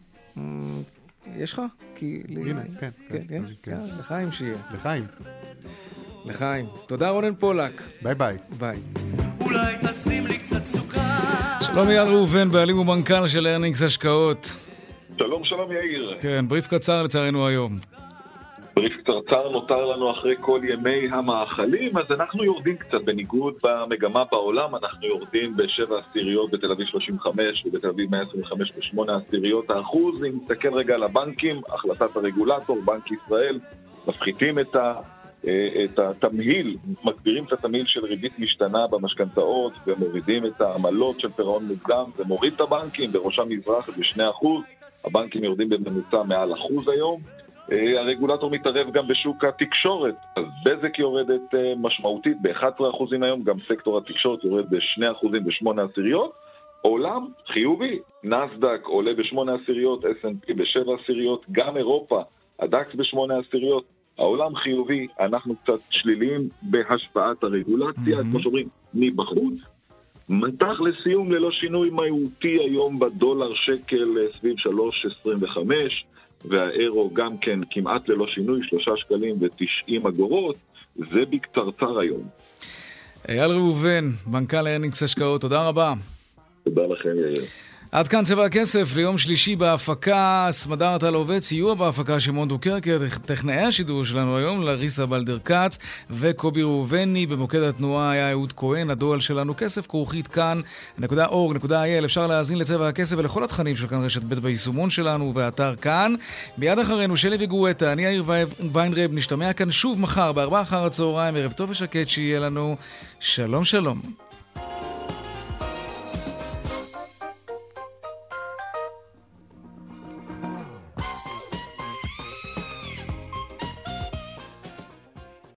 Speaker 2: יש לך?
Speaker 16: הנה, כן, כן.
Speaker 2: לחיים שיהיה.
Speaker 16: לחיים.
Speaker 2: לחיים. תודה רונן פולק.
Speaker 16: ביי ביי.
Speaker 2: ביי.
Speaker 15: אולי תשים לי קצת סוכר.
Speaker 2: שלום אייל ראובן, בעלים ומנכ"ל של ארנינגס השקעות.
Speaker 17: שלום שלום יאיר.
Speaker 2: כן, בריף קצר לצערנו היום.
Speaker 17: בריף קצרצר נותר לנו אחרי כל ימי המאכלים, אז אנחנו יורדים קצת בניגוד במגמה בעולם, אנחנו יורדים בשבע עשיריות בתל אביב שלושים וחמש ובתל אביב מאה עשרים וחמש בשמונה עשיריות האחוז. אם נסתכל רגע על הבנקים, החלטת הרגולטור, בנק ישראל, מפחיתים את ה... את התמהיל, מגבירים את התמהיל של ריבית משתנה במשכנתאות ומורידים את העמלות של פירעון מוקדם, זה מוריד את הבנקים, בראשם מזרח בשני אחוז, הבנקים יורדים בממוצע מעל אחוז היום. הרגולטור מתערב גם בשוק התקשורת, אז בזק יורדת משמעותית ב-אחד עשר אחוזים היום, גם סקטור התקשורת יורד ב-שני אחוזים ב-שמונה עשיריות. עולם חיובי, נסדק עולה ב-שמונה עשיריות, אס אנד פי ב-שבע עשיריות, גם אירופה, הדקס ב-שמונה עשיריות. העולם חיובי, אנחנו קצת שליליים בהשפעת הרגולציה, כמו שאומרים, מבחוץ. מתח לסיום ללא שינוי מהותי היום בדולר שקל סביב שלוש עשרים וחמש, והאירו גם כן כמעט ללא שינוי, שלושה שקלים ותשעים אגורות, זה בקצרצר היום.
Speaker 2: אייל ראובן, מנכ"ל ארנינגס השקעות, תודה רבה.
Speaker 17: תודה לכם, יאיר.
Speaker 2: עד כאן צבע הכסף ליום שלישי בהפקה, סמדר טל עובד, סיוע בהפקה שמעון דוקרקר, טכנאי השידור שלנו היום, לריסה בלדר קץ וקובי ראובני, במוקד התנועה היה אהוד כהן, הדואל שלנו כסף כרוכית כאן נקודה אורג נקודה איי אל, אפשר להאזין לצבע הכסף ולכל התכנים של כאן רשת ב' ביישומון שלנו ובאתר כאן. מיד אחרינו שלי וגואטה, אני יאיר ויינרב, נשתמע כאן שוב מחר בארבע אחר הצהריים, ערב טוב ושקט שיהיה לנו, שלום שלום.